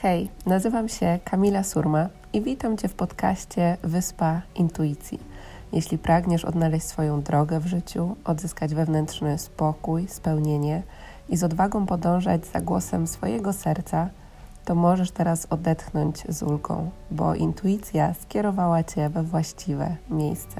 Hej, nazywam się Kamila Surma i witam Cię w podcaście Wyspa Intuicji. Jeśli pragniesz odnaleźć swoją drogę w życiu, odzyskać wewnętrzny spokój, spełnienie i z odwagą podążać za głosem swojego serca, to możesz teraz odetchnąć z ulgą, bo intuicja skierowała Cię we właściwe miejsce.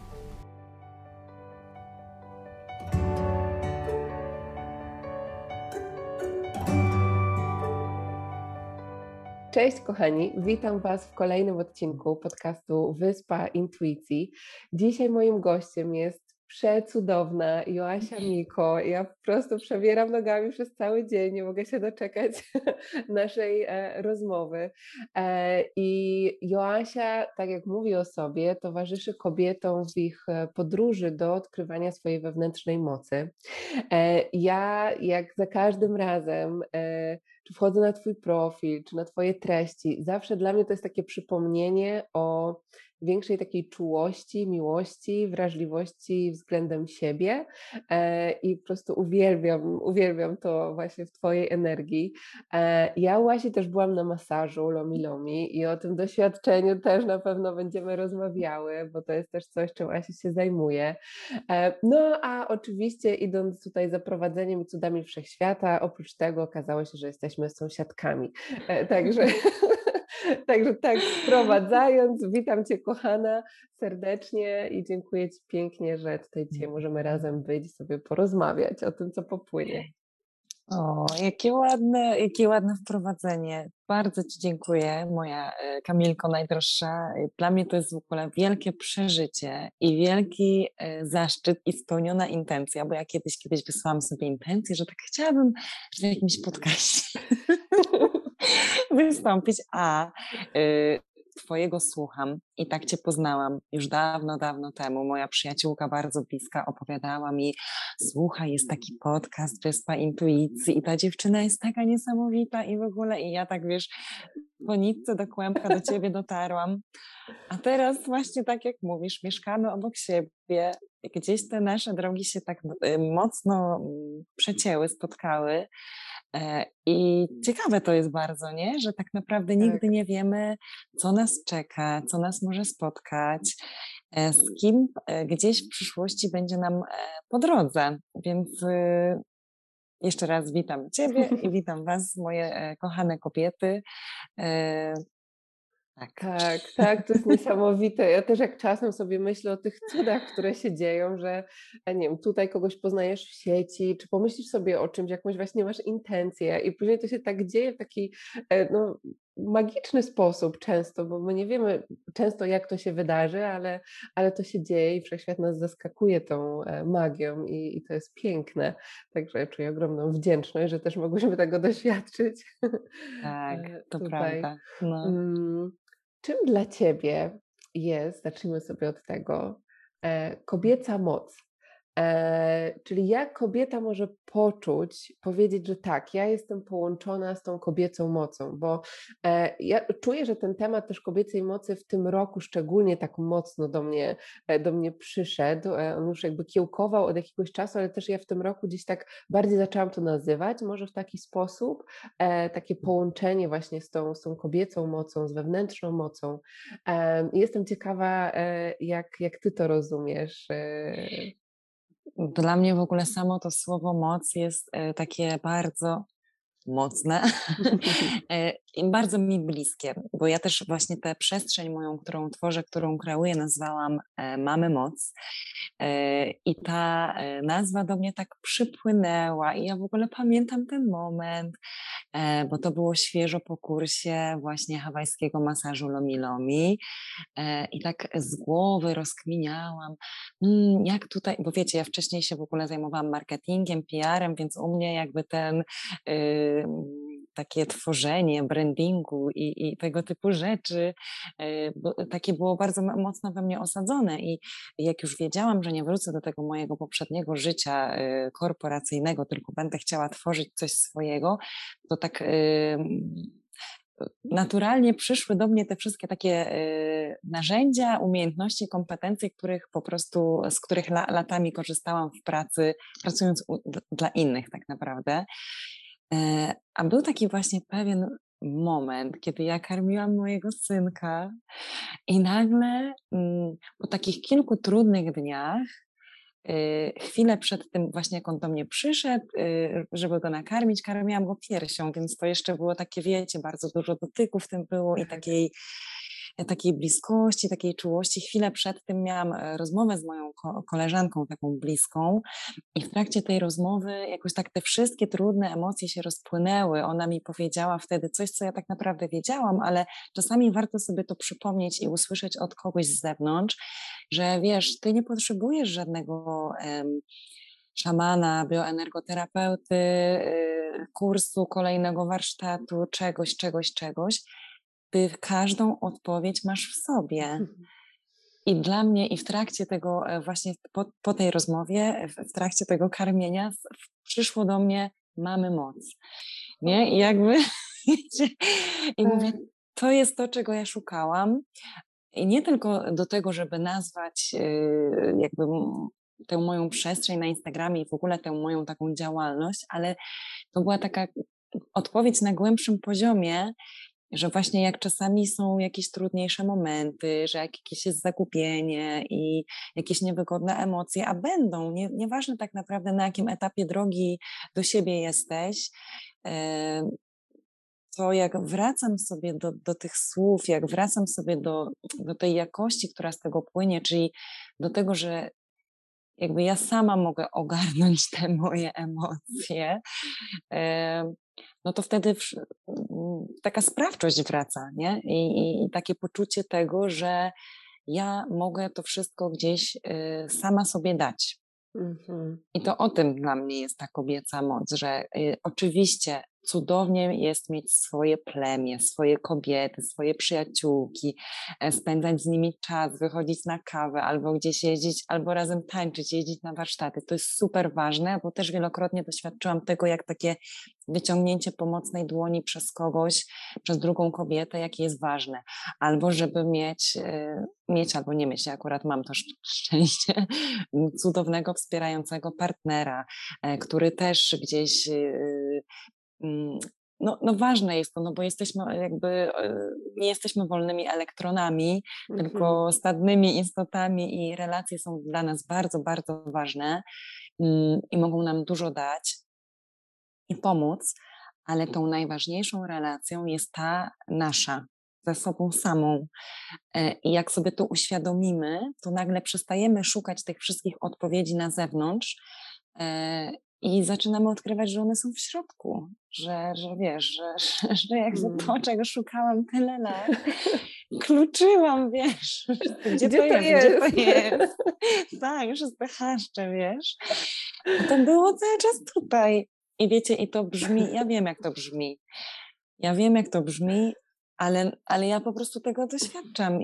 Cześć kochani, witam Was w kolejnym odcinku podcastu Wyspa Intuicji. Dzisiaj moim gościem jest przecudowna Joasia Miko. Ja po prostu przebieram nogami przez cały dzień, nie mogę się doczekać naszej rozmowy. I Joasia, tak jak mówi o sobie, towarzyszy kobietom w ich podróży do odkrywania swojej wewnętrznej mocy. Ja jak za każdym razem czy wchodzę na Twój profil, czy na Twoje treści, zawsze dla mnie to jest takie przypomnienie o większej takiej czułości, miłości, wrażliwości względem siebie i po prostu uwielbiam to właśnie w Twojej energii. Ja u Asi też byłam na masażu Lomi Lomi i o tym doświadczeniu też na pewno będziemy rozmawiały, bo to jest też coś, czym Asi się zajmuje. No a oczywiście idąc tutaj za prowadzeniem i cudami wszechświata, oprócz tego okazało się, że jesteśmy sąsiadkami. Także tak wprowadzając, witam Cię kochana serdecznie i dziękuję Ci pięknie, że tutaj dzisiaj możemy razem być i sobie porozmawiać o tym, co popłynie. O, jakie ładne wprowadzenie. Bardzo Ci dziękuję, moja Kamilko najdroższa. Dla mnie to jest w ogóle wielkie przeżycie i wielki zaszczyt i spełniona intencja, bo ja kiedyś wysłałam sobie intencję, że tak chciałabym w jakimś podcaście wystąpić, Twojego słucham i tak Cię poznałam już dawno temu. Moja przyjaciółka bardzo bliska opowiadała mi, słuchaj, jest taki podcast Wyspa Intuicji i ta dziewczyna jest taka niesamowita i w ogóle i ja tak wiesz, po nitce do kłębka do Ciebie dotarłam. A teraz właśnie tak jak mówisz, mieszkamy obok siebie, gdzieś te nasze drogi się tak mocno przecięły, spotkały. I ciekawe to jest bardzo, nie? Że tak naprawdę nigdy nie wiemy, co nas czeka, co nas może spotkać, z kim gdzieś w przyszłości będzie nam po drodze. Więc jeszcze raz witam Ciebie i witam Was, moje kochane kobiety. Tak, to jest niesamowite. Ja też jak czasem sobie myślę o tych cudach, które się dzieją, że nie wiem, tutaj kogoś poznajesz w sieci, czy pomyślisz sobie o czymś, jakąś właśnie masz intencję i później to się tak dzieje w taki magiczny sposób często, bo my nie wiemy często jak to się wydarzy, ale to się dzieje i wszechświat nas zaskakuje tą magią i to jest piękne. Także czuję ogromną wdzięczność, że też mogłyśmy tego doświadczyć. Tak, to tutaj. prawda. No. Czym dla Ciebie jest, zacznijmy sobie od tego, kobieca moc? Czyli jak kobieta może poczuć, powiedzieć, że tak, ja jestem połączona z tą kobiecą mocą, bo ja czuję, że ten temat też kobiecej mocy w tym roku szczególnie tak mocno do mnie przyszedł. On już jakby kiełkował od jakiegoś czasu, ale też ja w tym roku gdzieś tak bardziej zaczęłam to nazywać, może w taki sposób, takie połączenie właśnie z tą kobiecą mocą, z wewnętrzną mocą. Jestem ciekawa, jak Ty to rozumiesz. Dla mnie w ogóle samo to słowo moc jest takie bardzo mocne i bardzo mi bliskie, bo ja też właśnie tę przestrzeń moją, którą tworzę, którą kreuję, nazwałam Mamy Moc i ta nazwa do mnie tak przypłynęła i ja w ogóle pamiętam ten moment, bo to było świeżo po kursie właśnie hawajskiego masażu Lomi Lomi i tak z głowy rozkminiałam, jak tutaj, bo wiecie, ja wcześniej się w ogóle zajmowałam marketingiem, PR-em, więc u mnie jakby ten takie tworzenie brandingu i tego typu rzeczy, takie było bardzo mocno we mnie osadzone i jak już wiedziałam, że nie wrócę do tego mojego poprzedniego życia korporacyjnego, tylko będę chciała tworzyć coś swojego, to tak naturalnie przyszły do mnie te wszystkie takie narzędzia, umiejętności, kompetencje, z których latami korzystałam w pracy, pracując dla innych tak naprawdę. A był taki właśnie pewien moment, kiedy ja karmiłam mojego synka i nagle po takich kilku trudnych dniach, chwilę przed tym właśnie jak on do mnie przyszedł, żeby go nakarmić, karmiłam go piersią, więc to jeszcze było takie, wiecie, bardzo dużo dotyków w tym było i Tak. takiej bliskości, takiej czułości. Chwilę przed tym miałam rozmowę z moją koleżanką taką bliską i w trakcie tej rozmowy jakoś tak te wszystkie trudne emocje się rozpłynęły. Ona mi powiedziała wtedy coś, co ja tak naprawdę wiedziałam, ale czasami warto sobie to przypomnieć i usłyszeć od kogoś z zewnątrz, że wiesz, ty nie potrzebujesz żadnego szamana, bioenergoterapeuty, kursu, kolejnego warsztatu, czegoś. Ty każdą odpowiedź masz w sobie. I dla mnie i w trakcie tego właśnie po tej rozmowie, w trakcie tego karmienia przyszło do mnie mamy moc. Nie? I jakby wiecie, i mówię, to jest to, czego ja szukałam. I nie tylko do tego, żeby nazwać jakby tę moją przestrzeń na Instagramie i w ogóle tę moją taką działalność, ale to była taka odpowiedź na głębszym poziomie, że właśnie jak czasami są jakieś trudniejsze momenty, że jakieś jest zagubienie i jakieś niewygodne emocje, a będą, nieważne tak naprawdę na jakim etapie drogi do siebie jesteś, to jak wracam sobie do tych słów, jak wracam sobie do tej jakości, która z tego płynie, czyli do tego, że jakby ja sama mogę ogarnąć te moje emocje, no to wtedy taka sprawczość wraca, nie? I takie poczucie tego, że ja mogę to wszystko gdzieś sama sobie dać. I to o tym dla mnie jest ta kobieca moc, że oczywiście cudownie jest mieć swoje plemię, swoje kobiety, swoje przyjaciółki, spędzać z nimi czas, wychodzić na kawę, albo gdzieś jeździć, albo razem tańczyć, jeździć na warsztaty. To jest super ważne, bo też wielokrotnie doświadczyłam tego, jak takie wyciągnięcie pomocnej dłoni przez kogoś, przez drugą kobietę, jakie jest ważne. Albo żeby mieć albo nie mieć, ja akurat mam to szczęście, cudownego, wspierającego partnera, który też gdzieś no ważne jest to, no bo jesteśmy jakby, nie jesteśmy wolnymi elektronami, tylko stadnymi istotami i relacje są dla nas bardzo, bardzo ważne i mogą nam dużo dać i pomóc, ale tą najważniejszą relacją jest ta nasza, ze sobą samą. I jak sobie to uświadomimy, to nagle przestajemy szukać tych wszystkich odpowiedzi na zewnątrz i zaczynamy odkrywać, że one są w środku, że wiesz, że jakby to, czego szukałam tyle lat, kluczyłam, wiesz, gdzie to jest. Tak, przez te chaszcze, wiesz. A to było cały czas tutaj. I wiecie, i to brzmi, ja wiem, jak to brzmi, ale ja po prostu tego doświadczam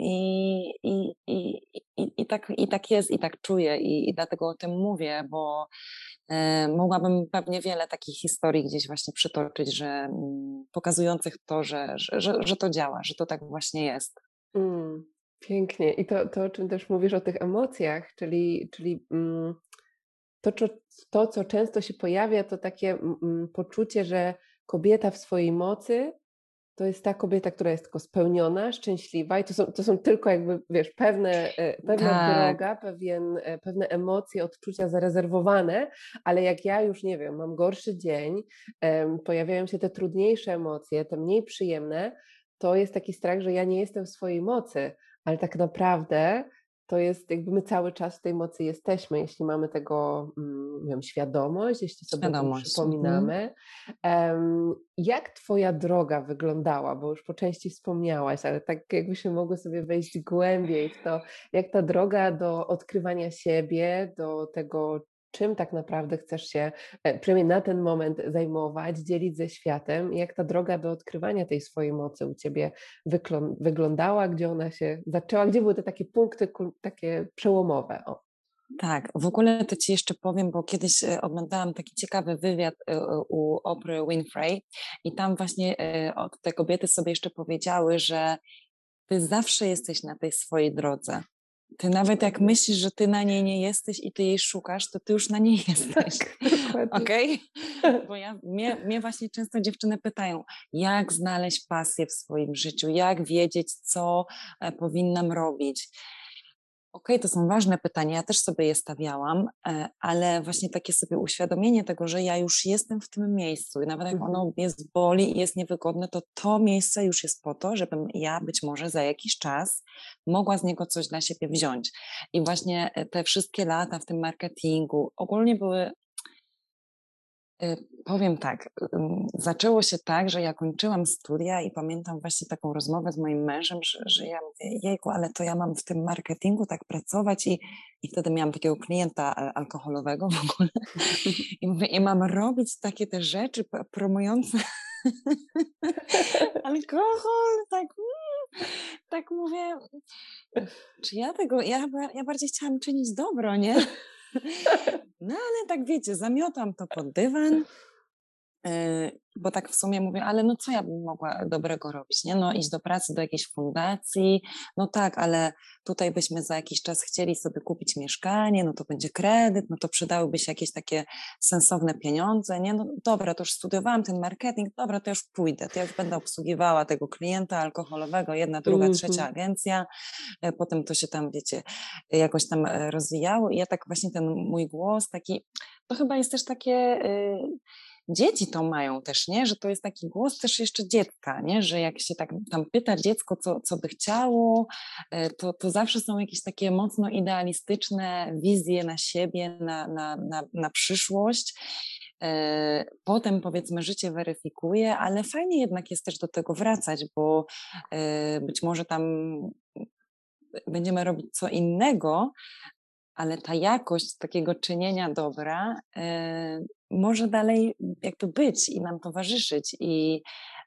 i tak jest, i tak czuję i dlatego o tym mówię, bo mogłabym pewnie wiele takich historii gdzieś właśnie przytoczyć, że pokazujących to, że to działa, że to tak właśnie jest. Pięknie. I to, o czym też mówisz, o tych emocjach, czyli to, co często się pojawia, to takie poczucie, że kobieta w swojej mocy to jest ta kobieta, która jest tylko spełniona, szczęśliwa i to są tylko jakby, wiesz, pewna droga, pewne emocje, odczucia zarezerwowane, ale jak ja już, nie wiem, mam gorszy dzień, pojawiają się te trudniejsze emocje, te mniej przyjemne, to jest taki strach, że ja nie jestem w swojej mocy, ale tak naprawdę to jest jakby my cały czas w tej mocy jesteśmy, jeśli mamy tego, nie wiem, świadomość, jeśli sobie o tym przypominamy. Jak twoja droga wyglądała? Bo już po części wspomniałaś, ale tak jakbyśmy mogły sobie wejść głębiej w to, jak ta droga do odkrywania siebie, do tego, czym tak naprawdę chcesz się przynajmniej na ten moment zajmować, dzielić ze światem i jak ta droga do odkrywania tej swojej mocy u ciebie wyglądała, gdzie ona się zaczęła, gdzie były te takie punkty takie przełomowe? O. Tak, w ogóle to ci jeszcze powiem, bo kiedyś oglądałam taki ciekawy wywiad u Oprah Winfrey i tam właśnie te kobiety sobie jeszcze powiedziały, że ty zawsze jesteś na tej swojej drodze. Ty nawet jak myślisz, że ty na niej nie jesteś i ty jej szukasz, to ty już na niej jesteś. Tak, dokładnie. Okej? Bo mnie właśnie często dziewczyny pytają, jak znaleźć pasję w swoim życiu, jak wiedzieć, co powinnam robić. Okej, to są ważne pytania, ja też sobie je stawiałam, ale właśnie takie sobie uświadomienie tego, że ja już jestem w tym miejscu i nawet jak ono jest boli i jest niewygodne, to miejsce już jest po to, żebym ja być może za jakiś czas mogła z niego coś dla siebie wziąć. I właśnie te wszystkie lata w tym marketingu ogólnie były. Powiem tak, zaczęło się tak, że ja kończyłam studia i pamiętam właśnie taką rozmowę z moim mężem, że ja mówię, jejku, ale to ja mam w tym marketingu tak pracować i wtedy miałam takiego klienta alkoholowego w ogóle i mówię, i mam robić takie te rzeczy promujące alkohol, tak mówię, czy ja tego, ja bardziej chciałam czynić dobro, nie? No ale tak wiecie, zamiotam to pod dywan, bo tak w sumie mówię, ale no co ja bym mogła dobrego robić, nie? No iść do pracy do jakiejś fundacji, no tak, ale tutaj byśmy za jakiś czas chcieli sobie kupić mieszkanie, no to będzie kredyt, no to przydałyby się jakieś takie sensowne pieniądze, nie? No dobra, to już studiowałam ten marketing, dobra, to już pójdę, to ja już będę obsługiwała tego klienta alkoholowego, jedna, druga, trzecia agencja, potem to się tam, wiecie, jakoś tam rozwijało i ja tak właśnie ten mój głos taki, to chyba jest też takie... Dzieci to mają też, nie? Że to jest taki głos też jeszcze dziecka, nie? Że jak się tak tam pyta dziecko, co by chciało, to zawsze są jakieś takie mocno idealistyczne wizje na siebie, na przyszłość. Potem powiedzmy życie weryfikuje, ale fajnie jednak jest też do tego wracać, bo być może tam będziemy robić co innego, ale ta jakość takiego czynienia dobra może dalej jakby być i nam towarzyszyć i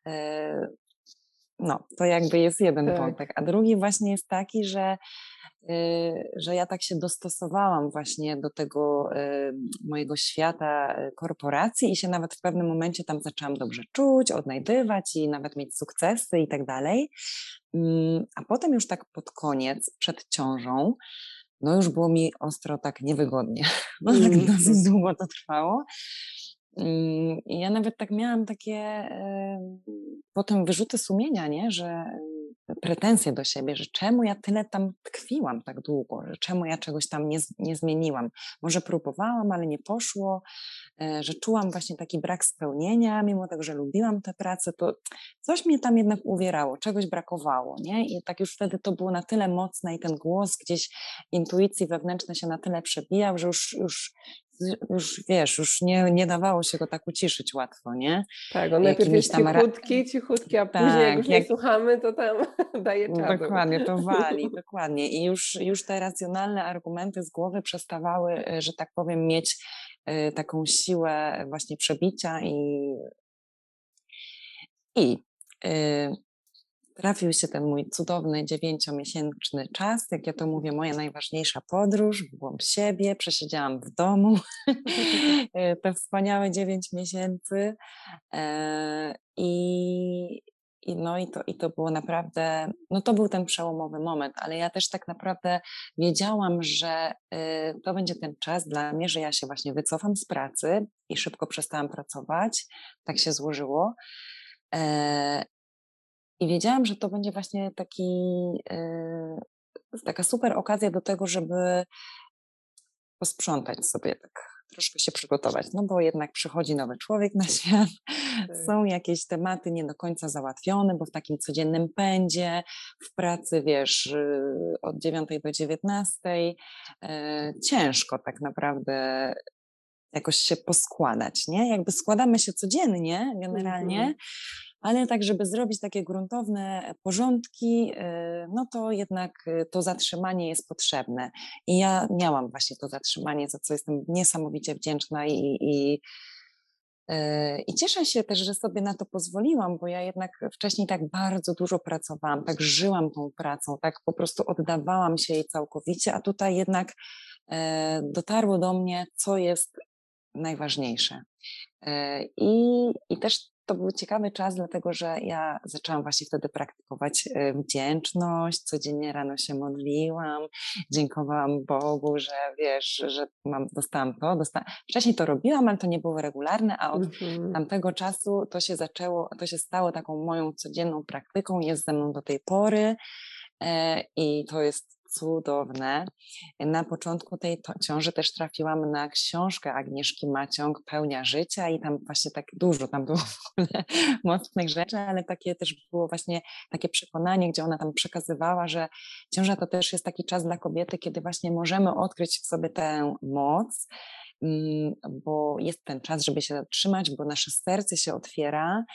no, to jakby jest jeden wątek. A drugi właśnie jest taki, że ja tak się dostosowałam właśnie do tego mojego świata korporacji i się nawet w pewnym momencie tam zaczęłam dobrze czuć, odnajdywać i nawet mieć sukcesy i tak dalej. A potem już tak pod koniec, przed ciążą, no już było mi ostro tak niewygodnie. No tak dosyć długo to trwało. I ja nawet tak miałam takie potem wyrzuty sumienia, nie? Że pretensje do siebie, że czemu ja tyle tam tkwiłam tak długo, że czemu ja czegoś tam nie zmieniłam. Może próbowałam, ale nie poszło, że czułam właśnie taki brak spełnienia, mimo tego, że lubiłam tę pracę, to coś mnie tam jednak uwierało, czegoś brakowało, nie? I tak już wtedy to było na tyle mocne i ten głos gdzieś intuicji wewnętrznej się na tyle przebijał, że już wiesz, już nie dawało się go tak uciszyć łatwo, nie? Tak, on najpierw jest tam cichutki, a później jak już nie słuchamy, to tam daje czadu. Dokładnie, to wali, dokładnie. I już te racjonalne argumenty z głowy przestawały, że tak powiem, mieć taką siłę właśnie przebicia i trafił się ten mój cudowny 9-miesięczny czas, jak ja to mówię, moja najważniejsza podróż w głąb siebie, przesiedziałam w domu te wspaniałe 9 miesięcy i to było naprawdę, no to był ten przełomowy moment, ale ja też tak naprawdę wiedziałam, że to będzie ten czas dla mnie, że ja się właśnie wycofam z pracy i szybko przestałam pracować, tak się złożyło. I wiedziałam, że to będzie właśnie taka super okazja do tego, żeby posprzątać sobie, tak troszkę się przygotować, no bo jednak przychodzi nowy człowiek na świat, są jakieś tematy nie do końca załatwione, bo w takim codziennym pędzie, w pracy, wiesz, od 9 do 19, ciężko tak naprawdę jakoś się poskładać, nie? Jakby składamy się codziennie generalnie, ale tak, żeby zrobić takie gruntowne porządki, no to jednak to zatrzymanie jest potrzebne. I ja miałam właśnie to zatrzymanie, za co jestem niesamowicie wdzięczna i cieszę się też, że sobie na to pozwoliłam, bo ja jednak wcześniej tak bardzo dużo pracowałam, tak żyłam tą pracą, tak po prostu oddawałam się jej całkowicie, a tutaj jednak dotarło do mnie, co jest najważniejsze. I też to był ciekawy czas, dlatego że ja zaczęłam właśnie wtedy praktykować wdzięczność, codziennie rano się modliłam, dziękowałam Bogu, że wiesz, że dostałam to. Wcześniej to robiłam, ale to nie było regularne, a od tamtego czasu to się stało taką moją codzienną praktyką, jest ze mną do tej pory i to jest cudowne. Na początku tej ciąży też trafiłam na książkę Agnieszki Maciąg Pełnia życia i tam właśnie tak dużo, tam było w ogóle mocnych rzeczy, ale takie też było właśnie takie przekonanie, gdzie ona tam przekazywała, że ciąża to też jest taki czas dla kobiety, kiedy właśnie możemy odkryć w sobie tę moc, bo jest ten czas, żeby się zatrzymać, bo nasze serce się otwiera.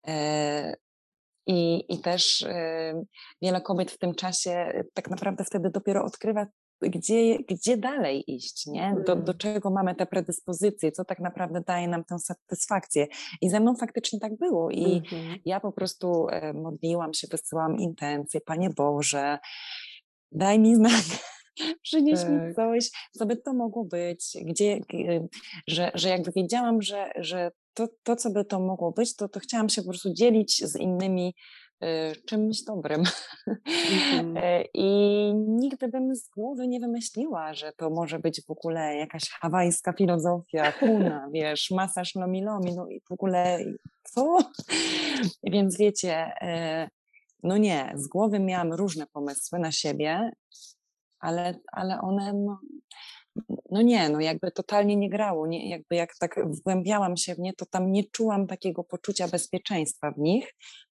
I też wiele kobiet w tym czasie tak naprawdę wtedy dopiero odkrywa, gdzie dalej iść, nie? Do czego mamy te predyspozycje, co tak naprawdę daje nam tę satysfakcję. I ze mną faktycznie tak było. I ja po prostu modliłam się, wysyłam intencje, Panie Boże, daj mi znak, przynieś mi coś, co by to mogło być, że jakby wiedziałam, że to, co by to mogło być, to chciałam się po prostu dzielić z innymi czymś dobrym. I nigdy bym z głowy nie wymyśliła, że to może być w ogóle jakaś hawajska filozofia, kuna, wiesz, masaż lomi-lomi, no i w ogóle co? Więc wiecie, no nie, z głowy miałam różne pomysły na siebie, ale one no nie, no jakby totalnie nie grało, nie, jakby jak tak wgłębiałam się w nie, to tam nie czułam takiego poczucia bezpieczeństwa w nich.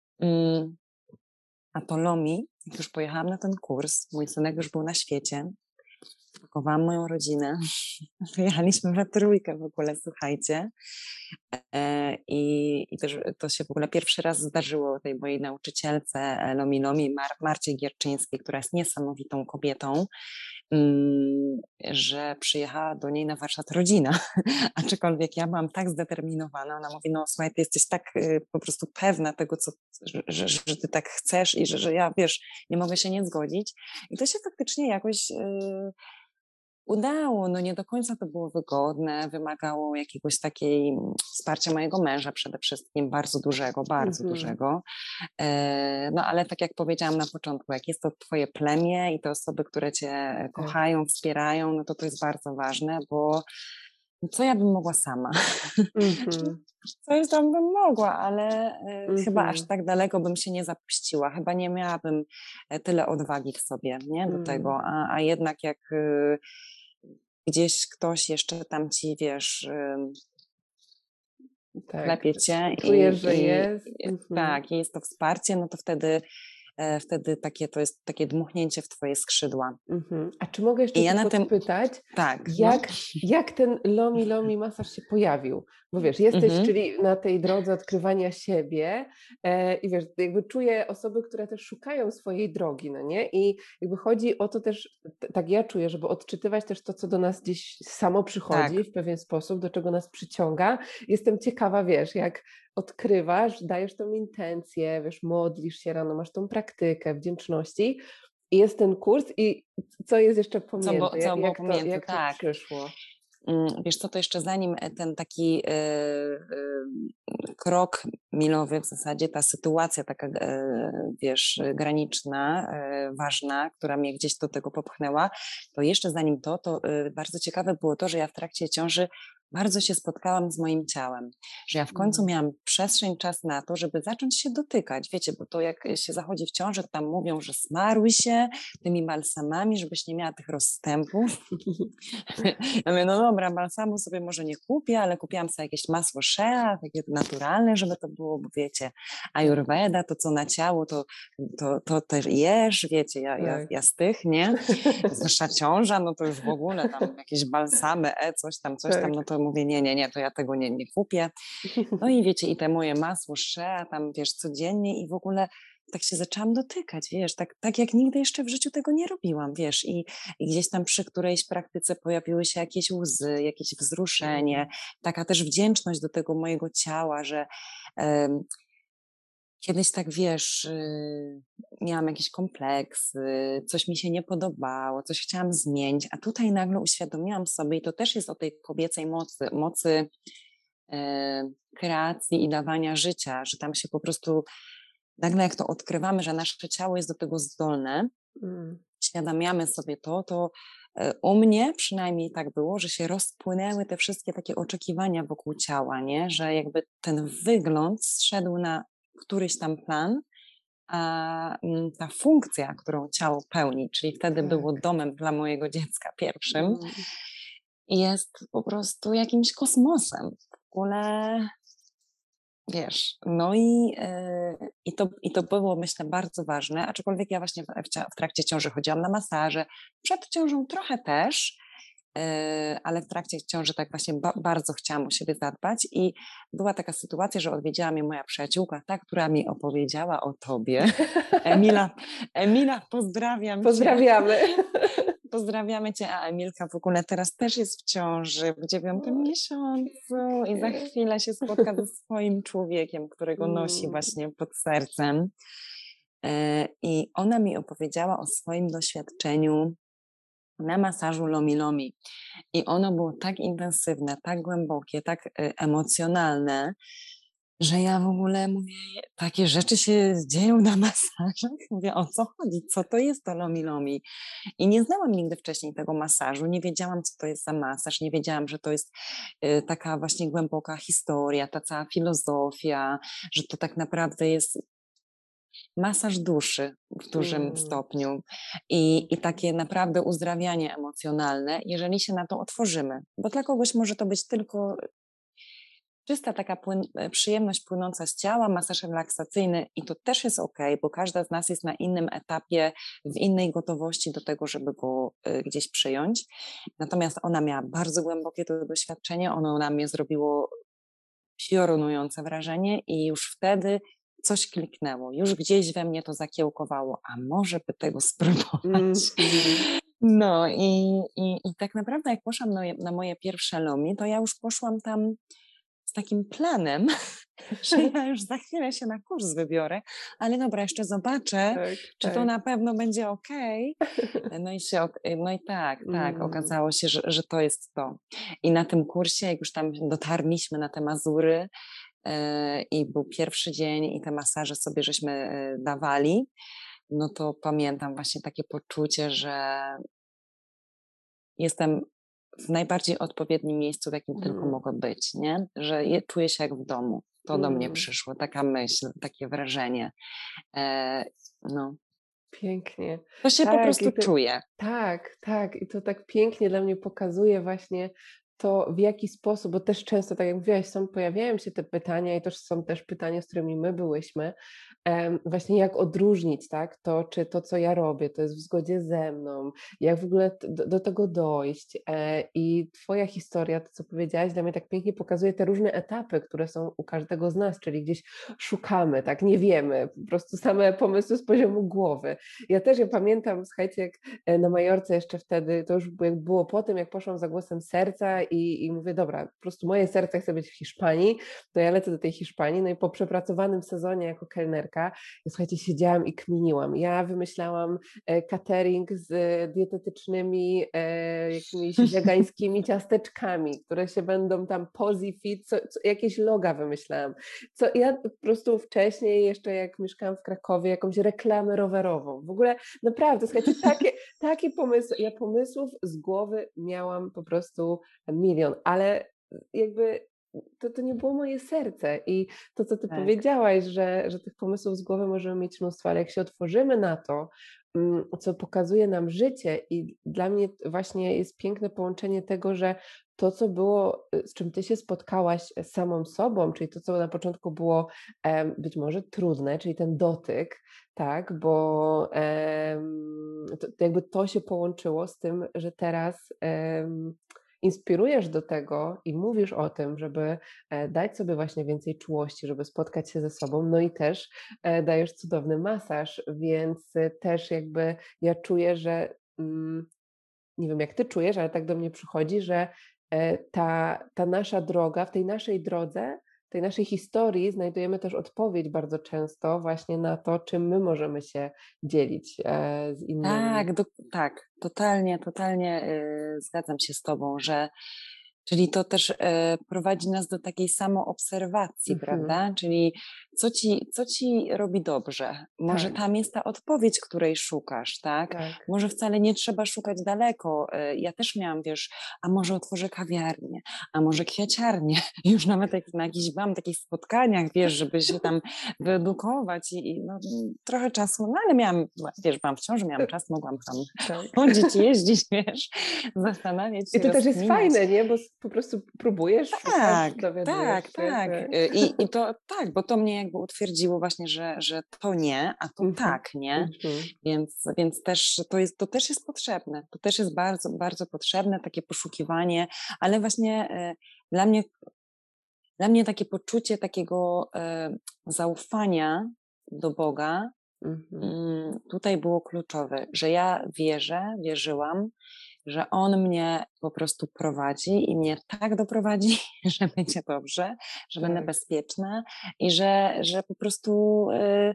A to Lomi, jak już pojechałam na ten kurs, mój synek już był na świecie, pakowałam moją rodzinę, wyjechaliśmy we trójkę w ogóle, słuchajcie. I też to się w ogóle pierwszy raz zdarzyło tej mojej nauczycielce Lomi, Marcie Gierczyńskiej, która jest niesamowitą kobietą, że przyjechała do niej na warsztat rodzina, aczkolwiek ja byłam tak zdeterminowana, ona mówi, no słuchaj, ty jesteś tak po prostu pewna tego, że ty tak chcesz i że ja, wiesz, nie mogę się nie zgodzić i to się faktycznie jakoś udało, no nie do końca to było wygodne, wymagało jakiegoś takiej wsparcia mojego męża przede wszystkim, bardzo dużego. No ale tak jak powiedziałam na początku, jak jest to twoje plemię i te osoby, które cię kochają, wspierają, no to jest bardzo ważne, bo co ja bym mogła sama? Coś tam bym mogła, ale chyba aż tak daleko bym się nie zapuściła. Chyba nie miałabym tyle odwagi w sobie, nie, do tego. A jednak jak gdzieś ktoś jeszcze tam ci, wiesz, klepie cię czujesz, że jest. Tak, i jest to wsparcie, no to wtedy to jest takie dmuchnięcie w twoje skrzydła. A czy mogę jeszcze cię podpytać, tak, jak ten Lomi masaż się pojawił? Bo wiesz, jesteś czyli na tej drodze odkrywania siebie i wiesz, jakby czuję osoby, które też szukają swojej drogi, no nie? I jakby chodzi o to też, tak ja czuję, żeby odczytywać też to, co do nas gdzieś samo przychodzi w pewien sposób, do czego nas przyciąga. Jestem ciekawa, wiesz, jak odkrywasz, dajesz tą intencję, wiesz, modlisz się rano, masz tą praktykę wdzięczności i jest ten kurs i co jest jeszcze pomiędzy? Jak to przyszło? Wiesz co, to jeszcze zanim ten taki krok milowy w zasadzie, ta sytuacja taka, wiesz, graniczna, ważna, która mnie gdzieś do tego popchnęła, to jeszcze zanim to bardzo ciekawe było to, że ja w trakcie ciąży bardzo się spotkałam z moim ciałem, że ja w końcu miałam przestrzeń, czas na to, żeby zacząć się dotykać, wiecie, bo to jak się zachodzi w ciąży, to tam mówią, że smaruj się tymi balsamami, żebyś nie miała tych rozstępów. Ja mówię, no dobra, balsamu sobie może nie kupię, ale kupiłam sobie jakieś masło shea, takie naturalne, żeby to było, bo wiecie, ayurveda, to co na ciało, to też jesz, wiecie, ja z tych, nie? Zwłaszcza ciąża, no to już w ogóle tam jakieś balsamy, coś tam, no to mówię, nie, to ja tego nie kupię. No i wiecie, i te moje masło shea tam, wiesz, codziennie i w ogóle tak się zaczęłam dotykać, wiesz, tak jak nigdy jeszcze w życiu tego nie robiłam, wiesz, i gdzieś tam przy którejś praktyce pojawiły się jakieś łzy, jakieś wzruszenie, taka też wdzięczność do tego mojego ciała, że kiedyś tak, wiesz, miałam jakiś kompleks, coś mi się nie podobało, coś chciałam zmienić, a tutaj nagle uświadomiłam sobie, i to też jest o tej kobiecej mocy kreacji i dawania życia, że tam się po prostu nagle jak to odkrywamy, że nasze ciało jest do tego zdolne, uświadamiamy sobie to u mnie przynajmniej tak było, że się rozpłynęły te wszystkie takie oczekiwania wokół ciała, nie? Że jakby ten wygląd zszedł na któryś tam plan, a ta funkcja, którą ciało pełni, czyli wtedy było Tak. domem dla mojego dziecka pierwszym, jest po prostu jakimś kosmosem. W ogóle wiesz, no i to było, myślę, bardzo ważne, aczkolwiek ja właśnie w trakcie ciąży chodziłam na masaże, przed ciążą trochę też, ale w trakcie ciąży tak właśnie bardzo chciałam o siebie zadbać i była taka sytuacja, że odwiedziła mnie moja przyjaciółka, ta, która mi opowiedziała o tobie. Emila, pozdrawiam cię. Pozdrawiamy. Pozdrawiamy cię, a Emilka w ogóle teraz też jest w ciąży w 9. miesiącu i za chwilę się spotka ze swoim człowiekiem, którego nosi właśnie pod sercem. I ona mi opowiedziała o swoim doświadczeniu na masażu Lomi Lomi. I ono było tak intensywne, tak głębokie, tak emocjonalne, że ja w ogóle mówię, takie rzeczy się dzieją na masażach. Mówię, o co chodzi? Co to jest to Lomi Lomi? I nie znałam nigdy wcześniej tego masażu, nie wiedziałam, co to jest za masaż, nie wiedziałam, że to jest taka właśnie głęboka historia, ta cała filozofia, że to tak naprawdę jest masaż duszy w dużym stopniu i takie naprawdę uzdrawianie emocjonalne, jeżeli się na to otworzymy. Bo dla kogoś może to być tylko czysta taka przyjemność płynąca z ciała, masaż relaksacyjny i to też jest okej, bo każda z nas jest na innym etapie, w innej gotowości do tego, żeby go gdzieś przyjąć. Natomiast ona miała bardzo głębokie to doświadczenie, ono na mnie zrobiło piorunujące wrażenie i już wtedy coś kliknęło, już gdzieś we mnie to zakiełkowało, a może by tego spróbować. No i tak naprawdę jak poszłam na moje pierwsze Lomi, to ja już poszłam tam z takim planem, że ja już za chwilę się na kurs wybiorę, ale dobra, jeszcze zobaczę, czy to na pewno będzie okej. No i tak, okazało się, że to jest to. I na tym kursie, jak już tam dotarliśmy na te Mazury i był pierwszy dzień i te masaże sobie żeśmy dawali, no to pamiętam właśnie takie poczucie, że jestem w najbardziej odpowiednim miejscu, w jakim tylko mogę być, nie? Że czuję się jak w domu. To do mnie przyszło, taka myśl, takie wrażenie. No. Pięknie. To się po prostu czuje. Tak. I to tak pięknie dla mnie pokazuje właśnie to, w jaki sposób, bo też często, tak jak mówiłaś, pojawiają się te pytania i też są też pytania, z którymi my byłyśmy, właśnie jak odróżnić, tak, to, czy to, co ja robię, to jest w zgodzie ze mną, jak w ogóle do tego dojść. I twoja historia, to co powiedziałaś, dla mnie tak pięknie pokazuje te różne etapy, które są u każdego z nas, czyli gdzieś szukamy, tak, nie wiemy, po prostu same pomysły z poziomu głowy. Ja pamiętam, słuchajcie, jak na Majorce jeszcze wtedy, to już było po tym, jak poszłam za głosem serca i mówię, dobra, po prostu moje serce chce być w Hiszpanii, to ja lecę do tej Hiszpanii, no i po przepracowanym sezonie jako kelnerka, ja, słuchajcie, siedziałam i kminiłam. Ja wymyślałam catering z dietetycznymi jakimiś wegańskimi ciasteczkami, które się będą tam Pozy Fit, jakieś loga wymyślałam. Co ja po prostu wcześniej, jeszcze jak mieszkałam w Krakowie, jakąś reklamę rowerową. W ogóle naprawdę, słuchajcie, takie pomysły. Ja pomysłów z głowy miałam po prostu milion, ale jakby to nie było moje serce i to, co ty powiedziałaś, że tych pomysłów z głowy możemy mieć mnóstwo, ale jak się otworzymy na to, co pokazuje nam życie i dla mnie właśnie jest piękne połączenie tego, że to, co było, z czym ty się spotkałaś z samą sobą, czyli to, co na początku było być może trudne, czyli ten dotyk, tak, bo jakby to się połączyło z tym, że teraz inspirujesz do tego i mówisz o tym, żeby dać sobie właśnie więcej czułości, żeby spotkać się ze sobą, no i też dajesz cudowny masaż, więc też jakby ja czuję, że nie wiem jak ty czujesz, ale tak do mnie przychodzi, że ta nasza droga, w tej naszej drodze, w tej naszej historii znajdujemy też odpowiedź bardzo często właśnie na to, czym my możemy się dzielić z innymi. Tak, totalnie zgadzam się z tobą, że Czyli to też prowadzi nas do takiej samoobserwacji, Mhm. prawda? Czyli co ci robi dobrze? Może Tak, tam jest ta odpowiedź, której szukasz, tak? tak. Może wcale nie trzeba szukać daleko. Ja też miałam, wiesz, a może otworzę kawiarnię, a może kwiaciarnię. Już nawet jak na jakichś byłam takich spotkaniach, wiesz, żeby się tam wyedukować i no, trochę czasu, no ale miałam, wiesz, byłam w ciąży, miałam czas, mogłam tam Tak. chodzić, jeździć, wiesz, zastanawiać I się, to też jest rozkminiać. fajne, nie? Bo po prostu próbujesz, szukasz, Tak, dowiadujesz tak, się. tak. Tak. I to tak, bo to mnie jakby utwierdziło właśnie, że to nie, a to Mhm. tak, nie? Mhm. Więc też to też jest potrzebne. To też jest bardzo, bardzo potrzebne, takie poszukiwanie, ale właśnie dla mnie, dla mnie takie poczucie takiego zaufania do Boga Mhm. tutaj było kluczowe, że ja wierzyłam, że on mnie po prostu prowadzi i mnie tak doprowadzi, że będzie dobrze, że będę Tak. bezpieczna i że po prostu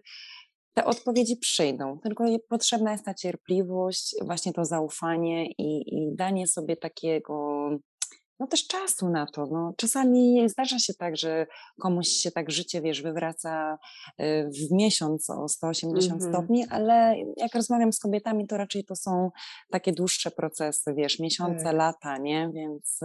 te odpowiedzi przyjdą. Tylko potrzebna jest ta cierpliwość, właśnie to zaufanie i danie sobie takiego no też czasu na to. No, czasami zdarza się tak, że komuś się tak życie, wiesz, wywraca w miesiąc o 180 Mhm. stopni, ale jak rozmawiam z kobietami, to raczej to są takie dłuższe procesy, wiesz, miesiące, Tak. lata, nie? Więc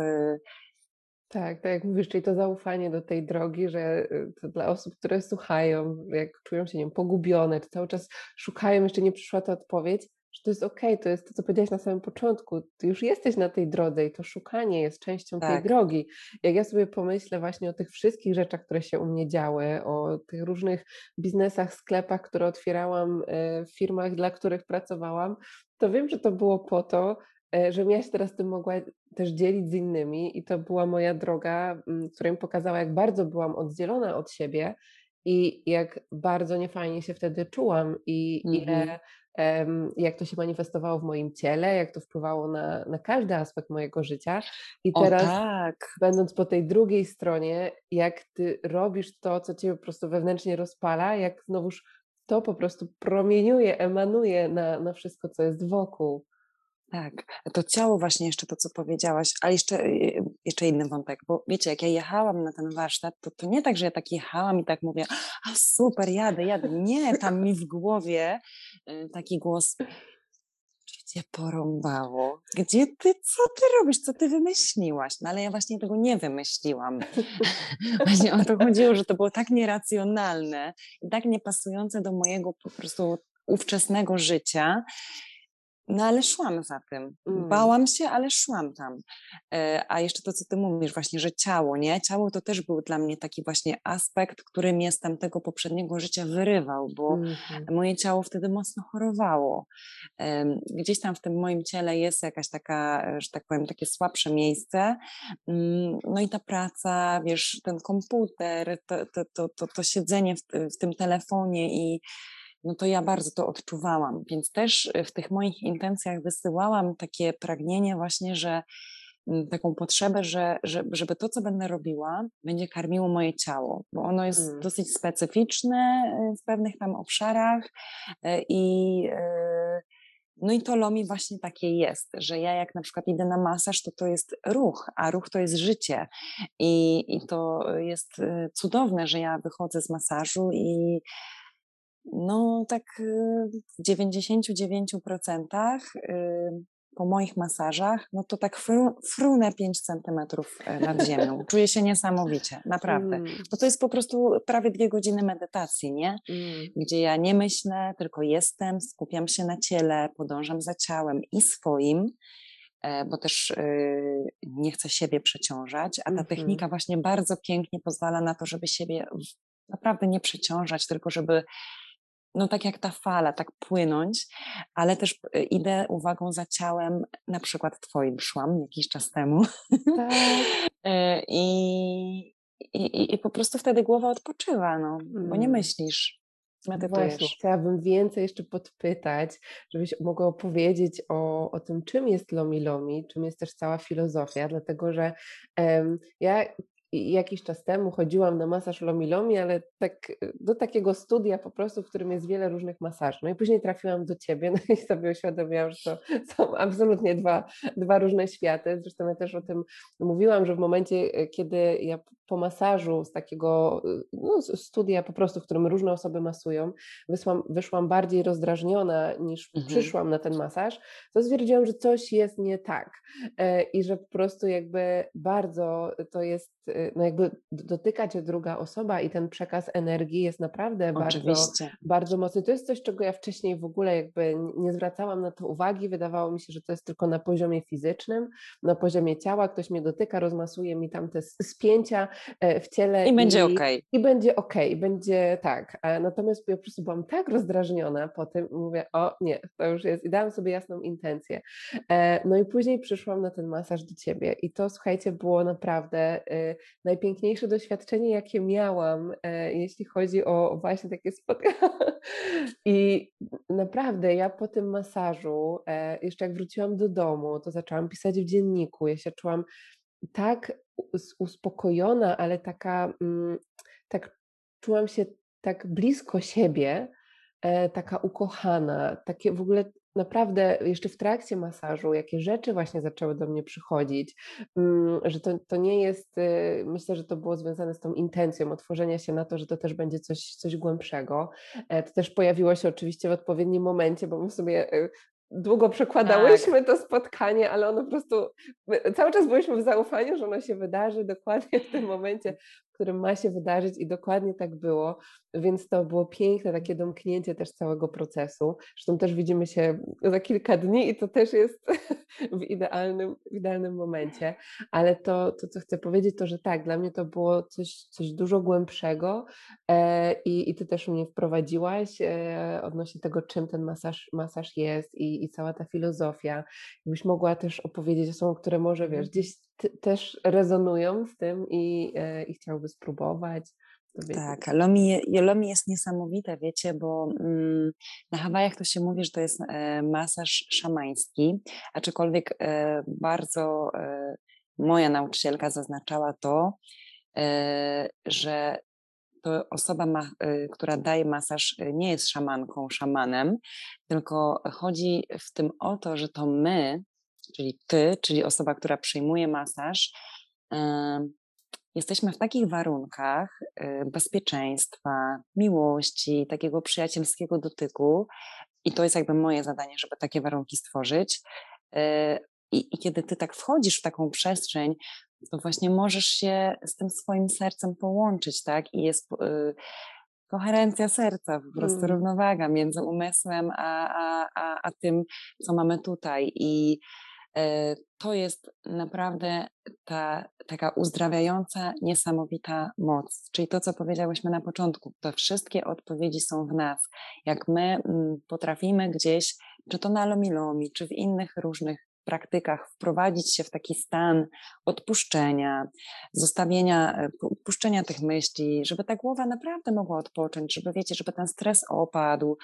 Tak, tak jak mówisz, czyli to zaufanie do tej drogi, że to dla osób, które słuchają, jak czują się, nie wiem, pogubione, czy cały czas szukają, jeszcze nie przyszła ta odpowiedź, że to jest okej, to jest to, co powiedziałaś na samym początku. Ty już jesteś na tej drodze i to szukanie jest częścią tej tak, drogi. Jak ja sobie pomyślę właśnie o tych wszystkich rzeczach, które się u mnie działy, o tych różnych biznesach, sklepach, które otwierałam, w firmach, dla których pracowałam, to wiem, że to było po to, żebym ja się teraz tym mogła też dzielić z innymi i to była moja droga, która mi pokazała, jak bardzo byłam oddzielona od siebie i jak bardzo niefajnie się wtedy czułam i mhm. jak to się manifestowało w moim ciele, jak to wpływało na każdy aspekt mojego życia. I O teraz tak, będąc po tej drugiej stronie, jak ty robisz to, co cię po prostu wewnętrznie rozpala, jak znowuż to po prostu promieniuje, emanuje na wszystko, co jest wokół. tak. To ciało właśnie jeszcze to, co powiedziałaś, ale jeszcze inny wątek, bo wiecie, jak ja jechałam na ten warsztat, to nie tak, że ja tak jechałam i tak mówię, a super, jadę. Nie, tam mi w głowie taki głos, czy cię porąbało? Co ty robisz? Co ty wymyśliłaś? No ale ja właśnie tego nie wymyśliłam. Właśnie o to chodziło, że to było tak nieracjonalne i tak niepasujące do mojego po prostu ówczesnego życia, no ale szłam za tym. Mm, Bałam się, ale szłam tam. A jeszcze to, co ty mówisz właśnie, że ciało, nie? Ciało to też był dla mnie taki właśnie aspekt, który mnie z tamtego poprzedniego życia wyrywał, bo mhm, moje ciało wtedy mocno chorowało. Gdzieś tam w tym moim ciele jest jakaś taka, że tak powiem, takie słabsze miejsce. No i ta praca, wiesz, ten komputer, to siedzenie w tym telefonie i no to ja bardzo to odczuwałam, więc też w tych moich intencjach wysyłałam takie pragnienie właśnie, że taką potrzebę, żeby to, co będę robiła, będzie karmiło moje ciało, bo ono jest mm, dosyć specyficzne w pewnych tam obszarach i no i to Lomi właśnie takie jest, że ja jak na przykład idę na masaż, to jest ruch, a ruch to jest życie i to jest cudowne, że ja wychodzę z masażu i no tak w 99% po moich masażach, no to tak frunę 5 centymetrów nad ziemią. Czuję się niesamowicie, naprawdę. mm, Bo to jest po prostu prawie 2 godziny medytacji, nie? mm, Gdzie ja nie myślę, tylko jestem, skupiam się na ciele, podążam za ciałem i swoim, bo też nie chcę siebie przeciążać, a ta mhm. technika właśnie bardzo pięknie pozwala na to, żeby siebie naprawdę nie przeciążać, tylko żeby no tak jak ta fala, tak płynąć, ale też idę uwagą za ciałem, na przykład twoim szłam jakiś czas temu Tak, i, i po prostu wtedy głowa odpoczywa, no, bo nie mm. myślisz, Właśnie, medytujesz. chciałabym więcej jeszcze podpytać, żebyś mogła opowiedzieć o tym, czym jest Lomi Lomi, czym jest też cała filozofia, dlatego że ja jakiś czas temu chodziłam na masaż Lomi, ale tak do takiego studia po prostu, w którym jest wiele różnych masaży. No i później trafiłam do Ciebie, no i sobie uświadomiłam, że to są absolutnie dwa różne światy. Zresztą ja też o tym mówiłam, że w momencie, kiedy ja po masażu z takiego studia po prostu, w którym różne osoby masują, wyszłam bardziej rozdrażniona niż przyszłam na ten masaż, to stwierdziłam, że coś jest nie tak i że po prostu jakby bardzo to jest, no jakby dotyka Cię druga osoba i ten przekaz energii jest naprawdę bardzo, Oczywiście. bardzo mocny. To jest coś, czego ja wcześniej w ogóle jakby nie zwracałam na to uwagi. Wydawało mi się, że to jest tylko na poziomie fizycznym, na poziomie ciała. Ktoś mnie dotyka, rozmasuje mi tam te spięcia w ciele I będzie okej. i będzie okej, będzie tak. Natomiast ja po prostu byłam tak rozdrażniona po tym, mówię, o nie, to już jest, i dałam sobie jasną intencję. No i później przyszłam na ten masaż do Ciebie i to, słuchajcie, było naprawdę najpiękniejsze doświadczenie, jakie miałam, jeśli chodzi o właśnie takie spotkania. I naprawdę ja po tym masażu, jeszcze jak wróciłam do domu, to zaczęłam pisać w dzienniku. Ja się czułam tak uspokojona, ale tak czułam się tak blisko siebie, taka ukochana, takie w ogóle naprawdę jeszcze w trakcie masażu, jakie rzeczy właśnie zaczęły do mnie przychodzić, że to nie jest, myślę, że to było związane z tą intencją otworzenia się na to, że to też będzie coś głębszego. To też pojawiło się oczywiście w odpowiednim momencie, bo my sobie długo przekładałyśmy to spotkanie, ale ono po prostu, cały czas byliśmy w zaufaniu, że ono się wydarzy dokładnie w tym momencie, w którym ma się wydarzyć i dokładnie tak było, więc to było piękne takie domknięcie też całego procesu. Zresztą też widzimy się za kilka dni i to też jest w idealnym momencie, ale to, co chcę powiedzieć, to, że tak, dla mnie to było coś dużo głębszego i Ty też mnie wprowadziłaś odnośnie tego, czym ten masaż jest i cała ta filozofia. Jakbyś mogła też opowiedzieć osobom, które może, wiesz, gdzieś też rezonują z tym i chciałby spróbować. Tak, Lomi jest niesamowite, wiecie, bo na Hawajach to się mówi, że to jest masaż szamański, aczkolwiek bardzo moja nauczycielka zaznaczała to, że to osoba, która daje masaż, nie jest szamanką, szamanem, tylko chodzi w tym o to, że to my, czyli ty, czyli osoba, która przyjmuje masaż, jesteśmy w takich warunkach bezpieczeństwa, miłości, takiego przyjacielskiego dotyku i to jest jakby moje zadanie, żeby takie warunki stworzyć. I kiedy ty tak wchodzisz w taką przestrzeń, to właśnie możesz się z tym swoim sercem połączyć, tak? I jest koherencja serca, po prostu równowaga między umysłem a tym, co mamy tutaj. I to jest naprawdę ta taka uzdrawiająca, niesamowita moc. Czyli to, co powiedziałyśmy na początku, to wszystkie odpowiedzi są w nas. Jak my potrafimy gdzieś, czy to na Lomi, czy w innych różnych praktykach wprowadzić się w taki stan odpuszczenia, odpuszczenia tych myśli, żeby ta głowa naprawdę mogła odpocząć, żeby wiecie, żeby ten stres opadł,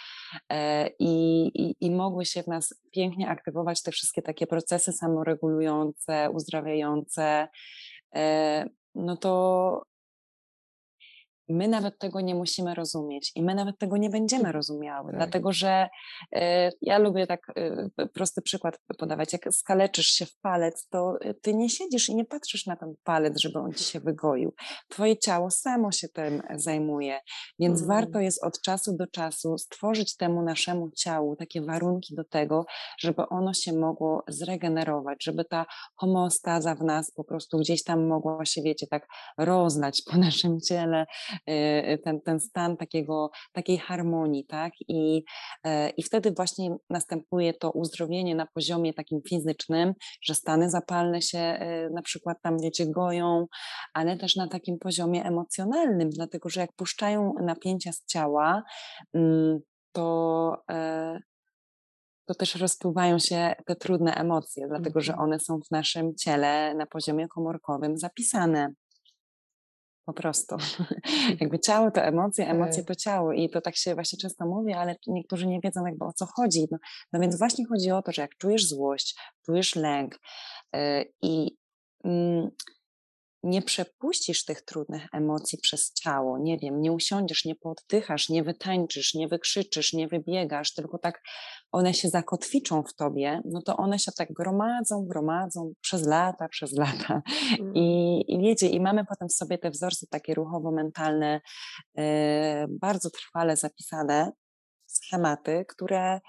i mogły się w nas pięknie aktywować te wszystkie takie procesy samoregulujące, uzdrawiające, no to my nawet tego nie musimy rozumieć i my nawet tego nie będziemy rozumiały, dlatego że ja lubię tak prosty przykład podawać. Jak skaleczysz się w palec, to ty nie siedzisz i nie patrzysz na ten palec, żeby on ci się wygoił. Twoje ciało samo się tym zajmuje, więc warto jest od czasu do czasu stworzyć temu naszemu ciału takie warunki do tego, żeby ono się mogło zregenerować, żeby ta homeostaza w nas po prostu gdzieś tam mogła się, wiecie, tak rozlać po naszym ciele, ten stan takiej harmonii, tak? I wtedy właśnie następuje to uzdrowienie na poziomie takim fizycznym, że stany zapalne się na przykład tam, wiecie, goją, ale też na takim poziomie emocjonalnym, dlatego że jak puszczają napięcia z ciała, to też rozpływają się te trudne emocje, dlatego że one są w naszym ciele na poziomie komórkowym zapisane. Po prostu. Jakby ciało to emocje, emocje to ciało i to tak się właśnie często mówi, ale niektórzy nie wiedzą jakby o co chodzi. No więc właśnie chodzi o to, że jak czujesz złość, czujesz lęk i nie przepuścisz tych trudnych emocji przez ciało, nie wiem, nie usiądziesz, nie pooddychasz, nie wytańczysz, nie wykrzyczysz, nie wybiegasz, tylko tak one się zakotwiczą w tobie, no to one się tak gromadzą przez lata, przez lata. I wiecie, i mamy potem w sobie te wzorce takie ruchowo-mentalne, bardzo trwale zapisane, schematy, które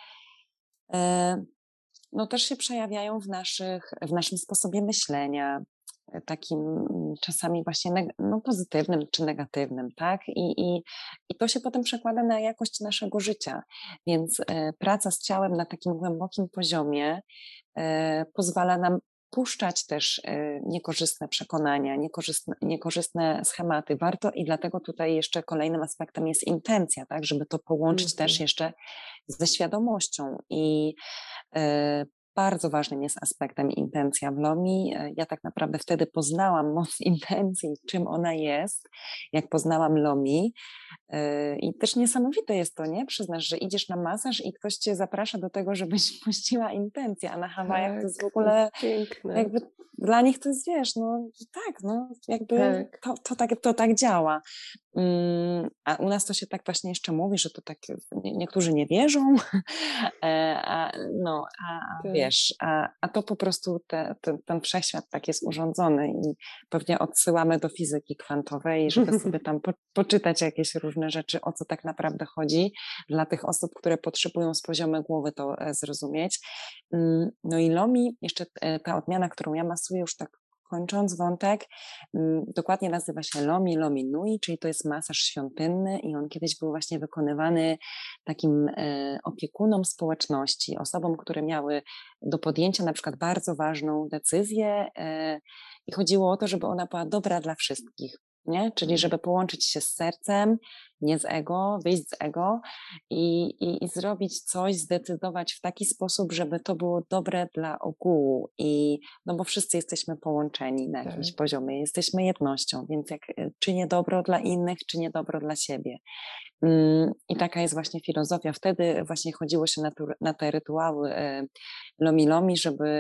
no też się przejawiają w naszym sposobie myślenia, takim czasami właśnie no, pozytywnym czy negatywnym, tak? I to się potem przekłada na jakość naszego życia. Więc praca z ciałem na takim głębokim poziomie pozwala nam puszczać też niekorzystne przekonania, niekorzystne schematy. Warto i dlatego tutaj jeszcze kolejnym aspektem jest intencja, tak? Żeby to połączyć też jeszcze ze świadomością i bardzo ważnym jest aspektem intencja w Lomi. Ja tak naprawdę wtedy poznałam moc intencji, czym ona jest, jak poznałam Lomi. I też niesamowite jest to, nie? Przyznasz, że idziesz na masaż i ktoś cię zaprasza do tego, żebyś puściła intencję, a na Hawajach to jest w ogóle piękne. Jakby dla nich to jest, wiesz, no tak, no jakby to tak działa. A u nas to się tak właśnie jeszcze mówi, że to tak niektórzy nie wierzą, wiesz, a to po prostu ten wszechświat tak jest urządzony i pewnie odsyłamy do fizyki kwantowej, żeby sobie tam poczytać jakieś różne rzeczy, o co tak naprawdę chodzi dla tych osób, które potrzebują z poziomu głowy to zrozumieć. No i Lomi, jeszcze ta odmiana, którą ja masuję już tak kończąc wątek, dokładnie nazywa się Lomi Nui, czyli to jest masaż świątynny i on kiedyś był właśnie wykonywany takim opiekunom społeczności, osobom, które miały do podjęcia na przykład bardzo ważną decyzję i chodziło o to, żeby ona była dobra dla wszystkich. Nie? Czyli żeby połączyć się z sercem, nie z ego, wyjść z ego i zrobić coś, zdecydować w taki sposób, żeby to było dobre dla ogółu. No bo wszyscy jesteśmy połączeni na jakimś poziomie, jesteśmy jednością, więc jak czynię dobro dla innych, czynię dobro dla siebie. I taka jest właśnie filozofia. Wtedy właśnie chodziło się na te rytuały Lomi,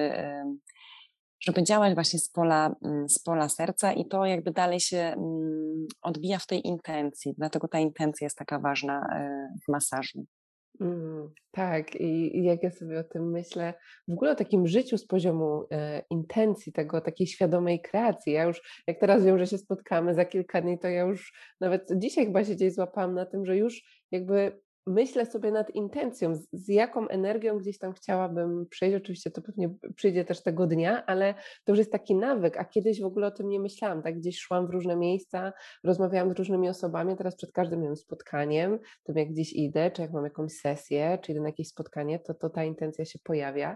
żeby działać właśnie z pola serca i to jakby dalej się odbija w tej intencji. Dlatego ta intencja jest taka ważna w masażu. Tak, i jak ja sobie o tym myślę, w ogóle o takim życiu z poziomu intencji, takiej świadomej kreacji. Ja już, jak teraz wiem, że się spotkamy za kilka dni, to ja już nawet dzisiaj chyba się gdzieś złapałam na tym, że już jakby myślę sobie nad intencją, z jaką energią gdzieś tam chciałabym przejść. Oczywiście to pewnie przyjdzie też tego dnia, ale to już jest taki nawyk, a kiedyś w ogóle o tym nie myślałam, tak? Gdzieś szłam w różne miejsca, rozmawiałam z różnymi osobami, teraz przed każdym moim spotkaniem, to jak gdzieś idę, czy jak mam jakąś sesję, czy idę na jakieś spotkanie, to ta intencja się pojawia.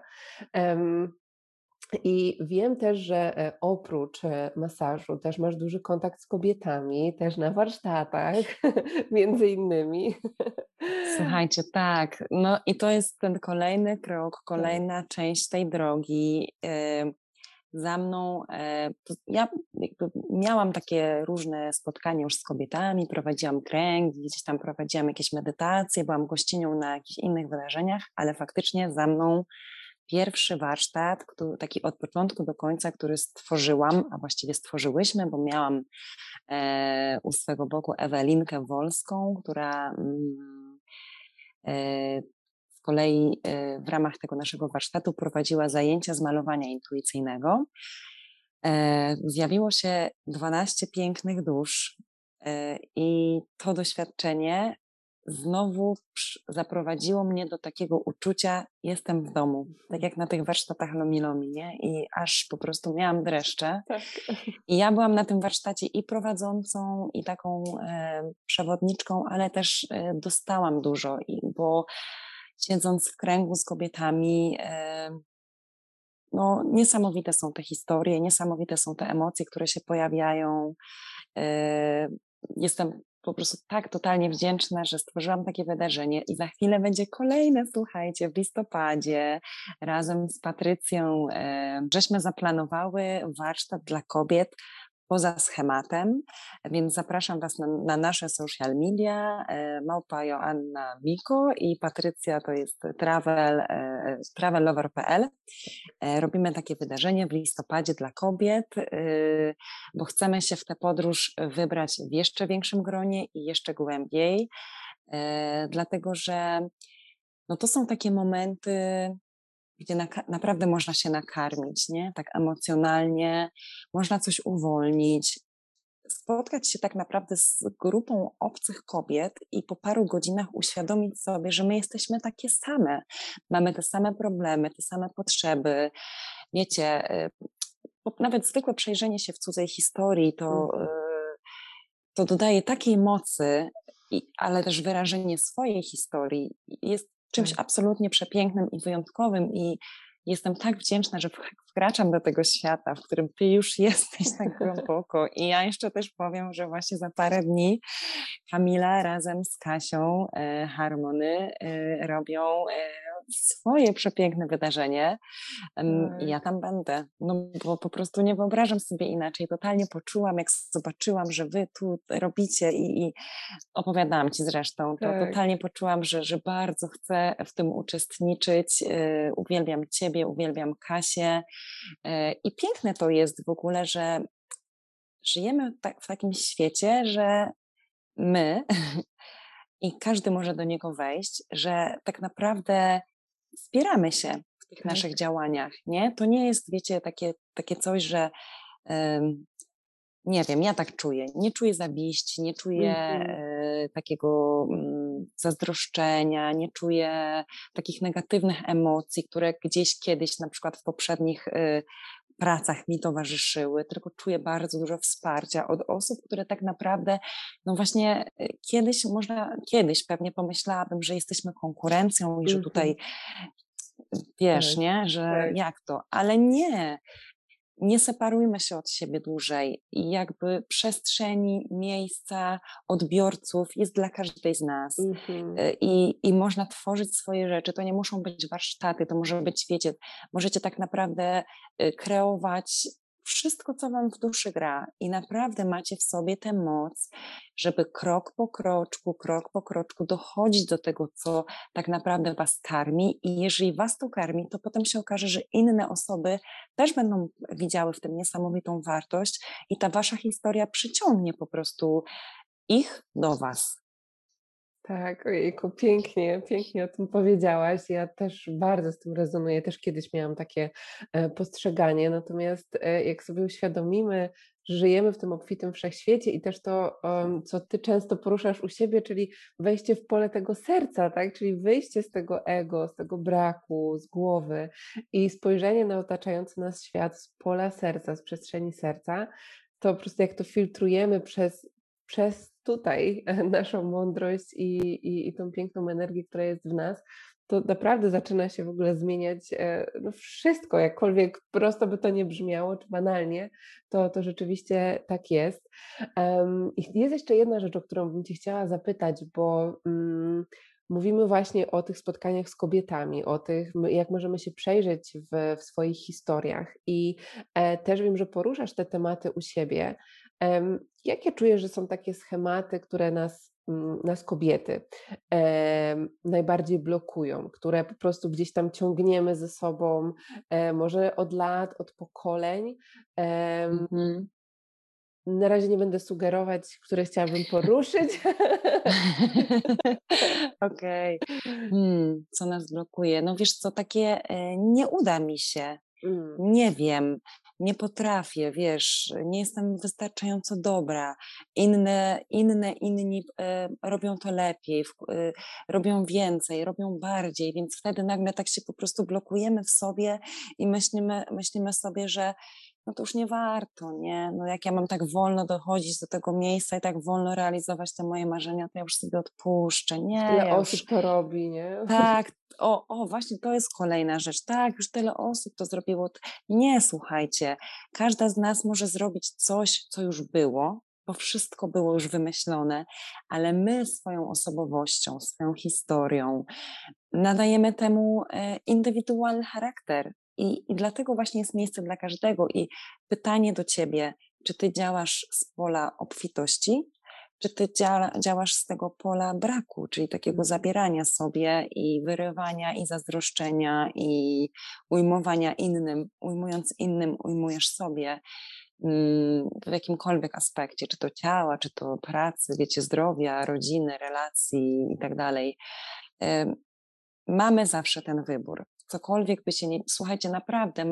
I wiem też, że oprócz masażu też masz duży kontakt z kobietami, też na warsztatach, między innymi. Słuchajcie, tak. No i to jest ten kolejny krok, kolejna część tej drogi. Za mną, ja miałam takie różne spotkania już z kobietami, prowadziłam kręgi, gdzieś tam prowadziłam jakieś medytacje, byłam gościnią na jakichś innych wydarzeniach, ale faktycznie za mną pierwszy warsztat, taki od początku do końca, który stworzyłam, a właściwie stworzyłyśmy, bo miałam u swego boku Ewelinkę Wolską, która z kolei w ramach tego naszego warsztatu prowadziła zajęcia z malowania intuicyjnego. Zjawiło się 12 pięknych dusz i to doświadczenie znowu zaprowadziło mnie do takiego uczucia, jestem w domu, tak jak na tych warsztatach Lomi, nie? I aż po prostu miałam dreszcze. Tak. I ja byłam na tym warsztacie i prowadzącą, i taką przewodniczką, ale też dostałam dużo, bo siedząc w kręgu z kobietami, no niesamowite są te historie, niesamowite są te emocje, które się pojawiają. Jestem po prostu tak totalnie wdzięczna, że stworzyłam takie wydarzenie i za chwilę będzie kolejne, słuchajcie, w listopadzie razem z Patrycją żeśmy zaplanowały warsztat dla kobiet poza schematem, więc zapraszam Was na nasze social media, małpa Joanna Miko i Patrycja to jest travellover.pl. Robimy takie wydarzenie w listopadzie dla kobiet, bo chcemy się w tę podróż wybrać w jeszcze większym gronie i jeszcze głębiej, dlatego że no to są takie momenty, gdzie naprawdę można się nakarmić, nie? Tak emocjonalnie, można coś uwolnić, spotkać się tak naprawdę z grupą obcych kobiet i po paru godzinach uświadomić sobie, że my jesteśmy takie same, mamy te same problemy, te same potrzeby. Wiecie, nawet zwykłe przejrzenie się w cudzej historii to dodaje takiej mocy, ale też wyrażenie swojej historii jest czymś absolutnie przepięknym i wyjątkowym i jestem tak wdzięczna, że wkraczam do tego świata, w którym ty już jesteś tak głęboko i ja jeszcze też powiem, że właśnie za parę dni Kamila razem z Kasią Harmony robią swoje przepiękne wydarzenie i ja tam będę, no bo po prostu nie wyobrażam sobie inaczej, totalnie poczułam, jak zobaczyłam, że wy tu robicie i opowiadałam ci zresztą, to totalnie poczułam, że bardzo chcę w tym uczestniczyć, uwielbiam ciebie, uwielbiam Kasię i piękne to jest w ogóle, że żyjemy w takim świecie, że my i każdy może do niego wejść, że tak naprawdę wspieramy się w tych naszych działaniach, nie? To nie jest, wiecie, takie coś, że nie wiem, ja tak czuję. Nie czuję zawiści, nie czuję takiego zazdroszczenia, nie czuję takich negatywnych emocji, które gdzieś kiedyś na przykład w poprzednich pracach mi towarzyszyły, tylko czuję bardzo dużo wsparcia od osób, które tak naprawdę, no właśnie kiedyś pewnie pomyślałabym, że jesteśmy konkurencją i że tutaj wiesz, nie, że jak to, ale nie separujmy się od siebie dłużej i jakby przestrzeni, miejsca, odbiorców jest dla każdej z nas i można tworzyć swoje rzeczy, to nie muszą być warsztaty, to może być, wiecie, możecie tak naprawdę kreować wszystko, co wam w duszy gra i naprawdę macie w sobie tę moc, żeby krok po kroczku dochodzić do tego, co tak naprawdę was karmi i jeżeli was to karmi, to potem się okaże, że inne osoby też będą widziały w tym niesamowitą wartość i ta wasza historia przyciągnie po prostu ich do was. Tak, ojejku, pięknie o tym powiedziałaś. Ja też bardzo z tym rezonuję. Też kiedyś miałam takie postrzeganie, natomiast jak sobie uświadomimy, że żyjemy w tym obfitym wszechświecie i też to, co ty często poruszasz u siebie, czyli wejście w pole tego serca, tak? Czyli wyjście z tego ego, z tego braku, z głowy i spojrzenie na otaczający nas świat z pola serca, z przestrzeni serca, to po prostu jak to filtrujemy przez tutaj naszą mądrość i tą piękną energię, która jest w nas, to naprawdę zaczyna się w ogóle zmieniać no wszystko, jakkolwiek prosto by to nie brzmiało, czy banalnie, to rzeczywiście tak jest. I jest jeszcze jedna rzecz, o którą bym cię chciała zapytać, bo mówimy właśnie o tych spotkaniach z kobietami, o tych, jak możemy się przejrzeć w swoich historiach i też wiem, że poruszasz te tematy u siebie. Jakie czujesz, że są takie schematy, które nas kobiety najbardziej blokują, które po prostu gdzieś tam ciągniemy ze sobą, może od lat, od pokoleń? Na razie nie będę sugerować, które chciałabym poruszyć. Okej. Co nas blokuje? No wiesz co, takie nie uda mi się. Nie wiem, nie potrafię, wiesz, nie jestem wystarczająco dobra. Inni robią to lepiej, robią więcej, robią bardziej, więc wtedy nagle tak się po prostu blokujemy w sobie i myślimy sobie, że no to już nie warto, nie? No jak ja mam tak wolno dochodzić do tego miejsca i tak wolno realizować te moje marzenia, to ja już sobie odpuszczę, nie? Tyle osób to robi, nie? Tak, właśnie to jest kolejna rzecz. Tak, już tyle osób to zrobiło. Nie, słuchajcie, każda z nas może zrobić coś, co już było, bo wszystko było już wymyślone, ale my swoją osobowością, swoją historią nadajemy temu indywidualny charakter i dlatego właśnie jest miejsce dla każdego i pytanie do ciebie, czy ty działasz z pola obfitości, czy ty działasz z tego pola braku, czyli takiego zabierania sobie i wyrywania i zazdroszczenia i ujmowania innym. Ujmując innym, ujmujesz sobie w jakimkolwiek aspekcie, czy to ciała, czy to pracy, wiecie, zdrowia, rodziny, relacji i tak dalej. Mamy zawsze ten wybór. Cokolwiek by się nie... Słuchajcie, naprawdę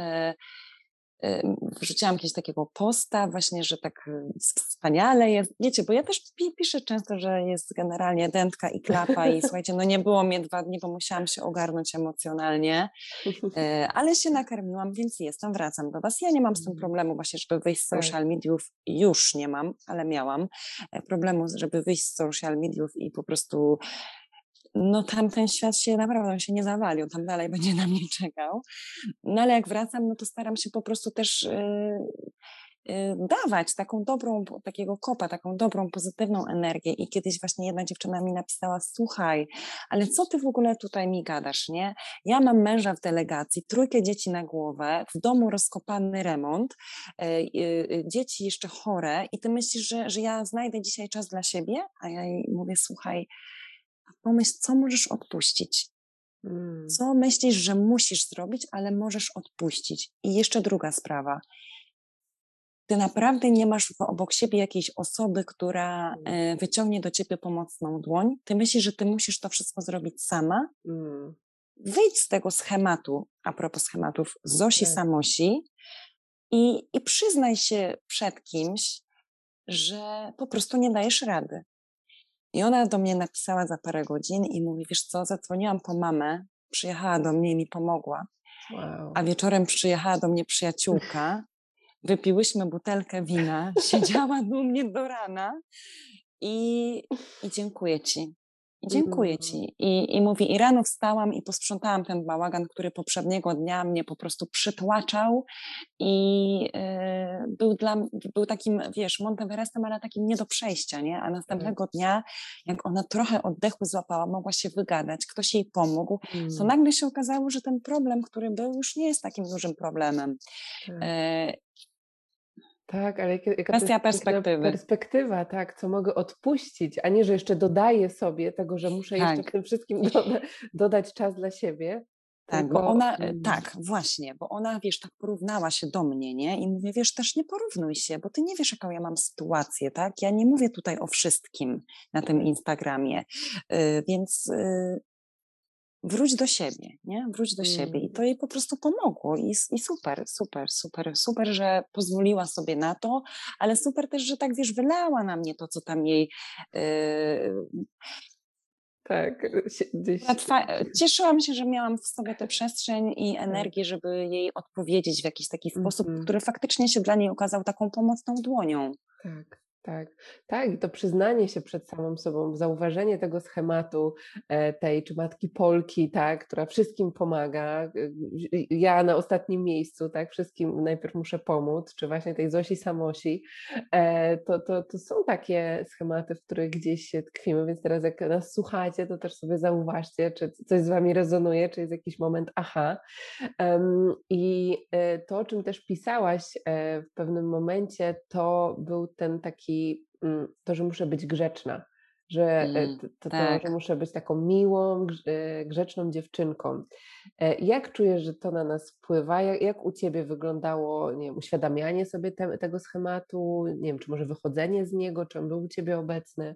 wrzuciłam kiedyś takiego posta właśnie, że tak wspaniale jest, wiecie, bo ja też piszę często, że jest generalnie dętka i klapa i słuchajcie, no nie było mnie 2 dni, bo musiałam się ogarnąć emocjonalnie, ale się nakarmiłam, więc wracam do was. Ja nie mam z tym problemu właśnie, żeby wyjść z social mediów, już nie mam, ale miałam problemu, żeby wyjść z social mediów i po prostu no tamten świat się naprawdę, on się nie zawalił, tam dalej będzie na mnie czekał. No ale jak wracam, no to staram się po prostu też dawać taką dobrą, takiego kopa, taką dobrą, pozytywną energię. I kiedyś właśnie jedna dziewczyna mi napisała: słuchaj, ale co ty w ogóle tutaj mi gadasz, nie? Ja mam męża w delegacji, 3 dzieci na głowę, w domu rozkopany remont, dzieci jeszcze chore i ty myślisz, że ja znajdę dzisiaj czas dla siebie? A ja jej mówię: słuchaj, pomyśl, co możesz odpuścić. Co myślisz, że musisz zrobić, ale możesz odpuścić. I jeszcze druga sprawa. Ty naprawdę nie masz obok siebie jakiejś osoby, która wyciągnie do ciebie pomocną dłoń. Ty myślisz, że ty musisz to wszystko zrobić sama. Wyjdź z tego schematu, a propos schematów, Zosi Samosi i przyznaj się przed kimś, że po prostu nie dajesz rady. I ona do mnie napisała za parę godzin i mówi: wiesz co, zadzwoniłam po mamę, przyjechała do mnie i mi pomogła, a wieczorem przyjechała do mnie przyjaciółka, wypiłyśmy butelkę wina, siedziała u mnie do rana i dziękuję ci. I dziękuję ci. I mówi, i rano wstałam i posprzątałam ten bałagan, który poprzedniego dnia mnie po prostu przytłaczał i był takim, wiesz, Monteverestem, ale takim nie do przejścia, nie? A następnego dnia, jak ona trochę oddechu złapała, mogła się wygadać, ktoś jej pomógł, to nagle się okazało, że ten problem, który był, już nie jest takim dużym problemem. Tak, ale jaka to Kwestia jest perspektywy. Perspektywa, tak, co mogę odpuścić, a nie, że jeszcze dodaję sobie tego, że muszę jeszcze w tym wszystkim dodać czas dla siebie. Tak, Tylko, bo ona, tak, właśnie, bo ona, wiesz, tak porównała się do mnie, nie? I mówię, wiesz, też nie porównuj się, bo ty nie wiesz, jaką ja mam sytuację, tak? Ja nie mówię tutaj o wszystkim na tym Instagramie, więc wróć do siebie, nie? Wróć do siebie. I to jej po prostu pomogło i super, że pozwoliła sobie na to, ale super też, że tak, wiesz, wylała na mnie to, co tam jej... Tak, Cieszyłam się, że miałam w sobie tę przestrzeń i energię, żeby jej odpowiedzieć w jakiś taki sposób, który faktycznie się dla niej okazał taką pomocną dłonią. Tak, i to przyznanie się przed samą sobą, zauważenie tego schematu tej czy matki Polki, tak, która wszystkim pomaga, ja na ostatnim miejscu, tak, wszystkim najpierw muszę pomóc, czy właśnie tej Zosi Samosi, to są takie schematy, w których gdzieś się tkwimy, więc teraz jak nas słuchacie, to też sobie zauważcie, czy coś z wami rezonuje, czy jest jakiś moment aha. I to, o czym też pisałaś w pewnym momencie, to był ten taki to, że muszę być grzeczna, że że muszę być taką miłą, grzeczną dziewczynką. Jak czujesz, że to na nas wpływa? Jak u ciebie wyglądało, nie wiem, uświadamianie sobie tego schematu? Nie wiem, czy może wychodzenie z niego, czy on był u ciebie obecny?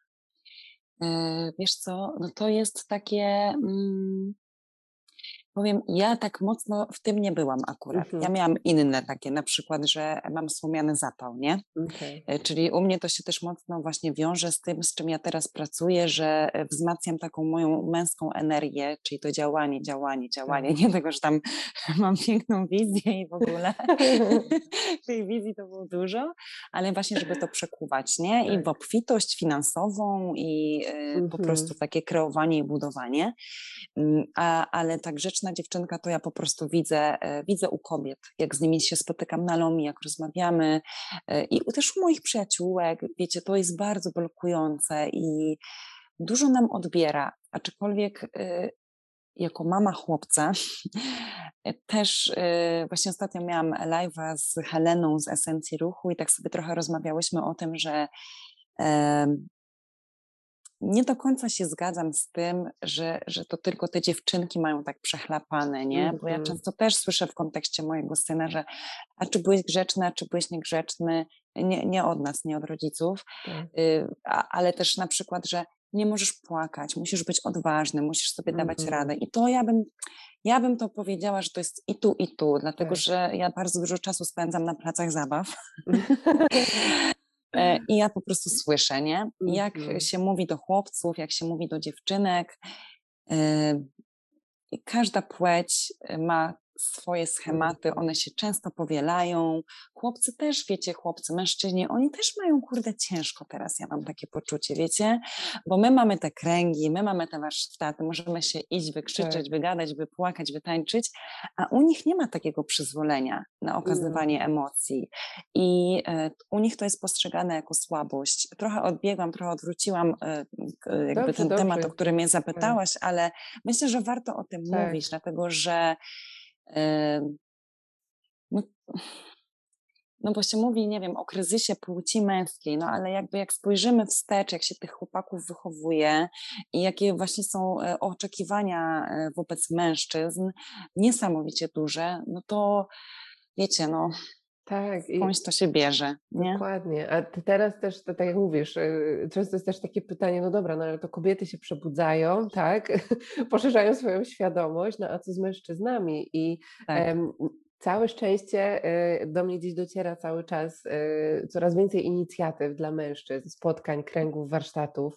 Wiesz co, no to jest takie... Powiem, ja tak mocno w tym nie byłam akurat. Ja miałam inne takie, na przykład, że mam słomiany zapał, nie? Czyli u mnie to się też mocno właśnie wiąże z tym, z czym ja teraz pracuję, że wzmacniam taką moją męską energię, czyli to działanie. Nie tego, że tam mam piękną wizję i w ogóle tej wizji to było dużo, ale właśnie, żeby to przekuwać, nie? I w obfitość finansową i po prostu takie kreowanie i budowanie. Ale ta grzeczna dziewczynka to ja po prostu widzę u kobiet, jak z nimi się spotykam na Lomi, jak rozmawiamy i też u moich przyjaciółek, wiecie, to jest bardzo blokujące i dużo nam odbiera, aczkolwiek jako mama chłopca też właśnie ostatnio miałam live'a z Heleną z Esencji Ruchu i tak sobie trochę rozmawiałyśmy o tym, że nie do końca się zgadzam z tym, że to tylko te dziewczynki mają tak przechlapane, nie? Bo ja często też słyszę w kontekście mojego syna, że a czy byłeś grzeczny, a czy byłeś niegrzeczny? Nie od nas, nie od rodziców, Tak. Ale też na przykład, że nie możesz płakać, musisz być odważny, musisz sobie dawać radę. I to ja bym to powiedziała, że to jest i tu, dlatego że ja bardzo dużo czasu spędzam na placach zabaw. I ja po prostu słyszę, nie? Jak się mówi do chłopców, jak się mówi do dziewczynek. Każda płeć ma swoje schematy, one się często powielają. Chłopcy też, wiecie, mężczyźni, oni też mają, kurde, ciężko teraz, ja mam takie poczucie, wiecie? Bo my mamy te kręgi, my mamy te warsztaty, możemy się iść, wykrzyczeć, wygadać, wypłakać, wytańczyć, a u nich nie ma takiego przyzwolenia na okazywanie emocji. I u nich to jest postrzegane jako słabość. Trochę odbiegłam, trochę odwróciłam jakby ten temat, o który mnie zapytałaś, ale myślę, że warto o tym mówić, dlatego że no bo się mówi, nie wiem, o kryzysie płci męskiej, no ale jakby jak spojrzymy wstecz, jak się tych chłopaków wychowuje i jakie właśnie są oczekiwania wobec mężczyzn, niesamowicie duże, no to wiecie, no skądś to się bierze, nie? Dokładnie, a teraz też, tak jak mówisz, często jest też takie pytanie, no dobra, no ale to kobiety się przebudzają, tak, poszerzają swoją świadomość, no a co z mężczyznami? I całe szczęście do mnie dziś dociera cały czas coraz więcej inicjatyw dla mężczyzn, spotkań, kręgów, warsztatów,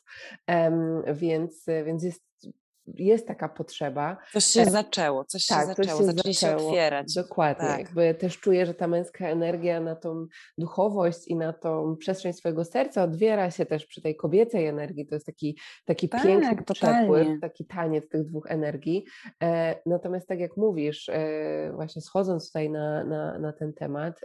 więc jest taka potrzeba. Coś się zaczęło, zaczęli się otwierać. Dokładnie, jakby też czuję, że ta męska energia na tą duchowość i na tą przestrzeń swojego serca odwiera się też przy tej kobiecej energii, to jest taki piękny przepływ, taki taniec tych dwóch energii. Natomiast tak jak mówisz, właśnie schodząc tutaj na ten temat,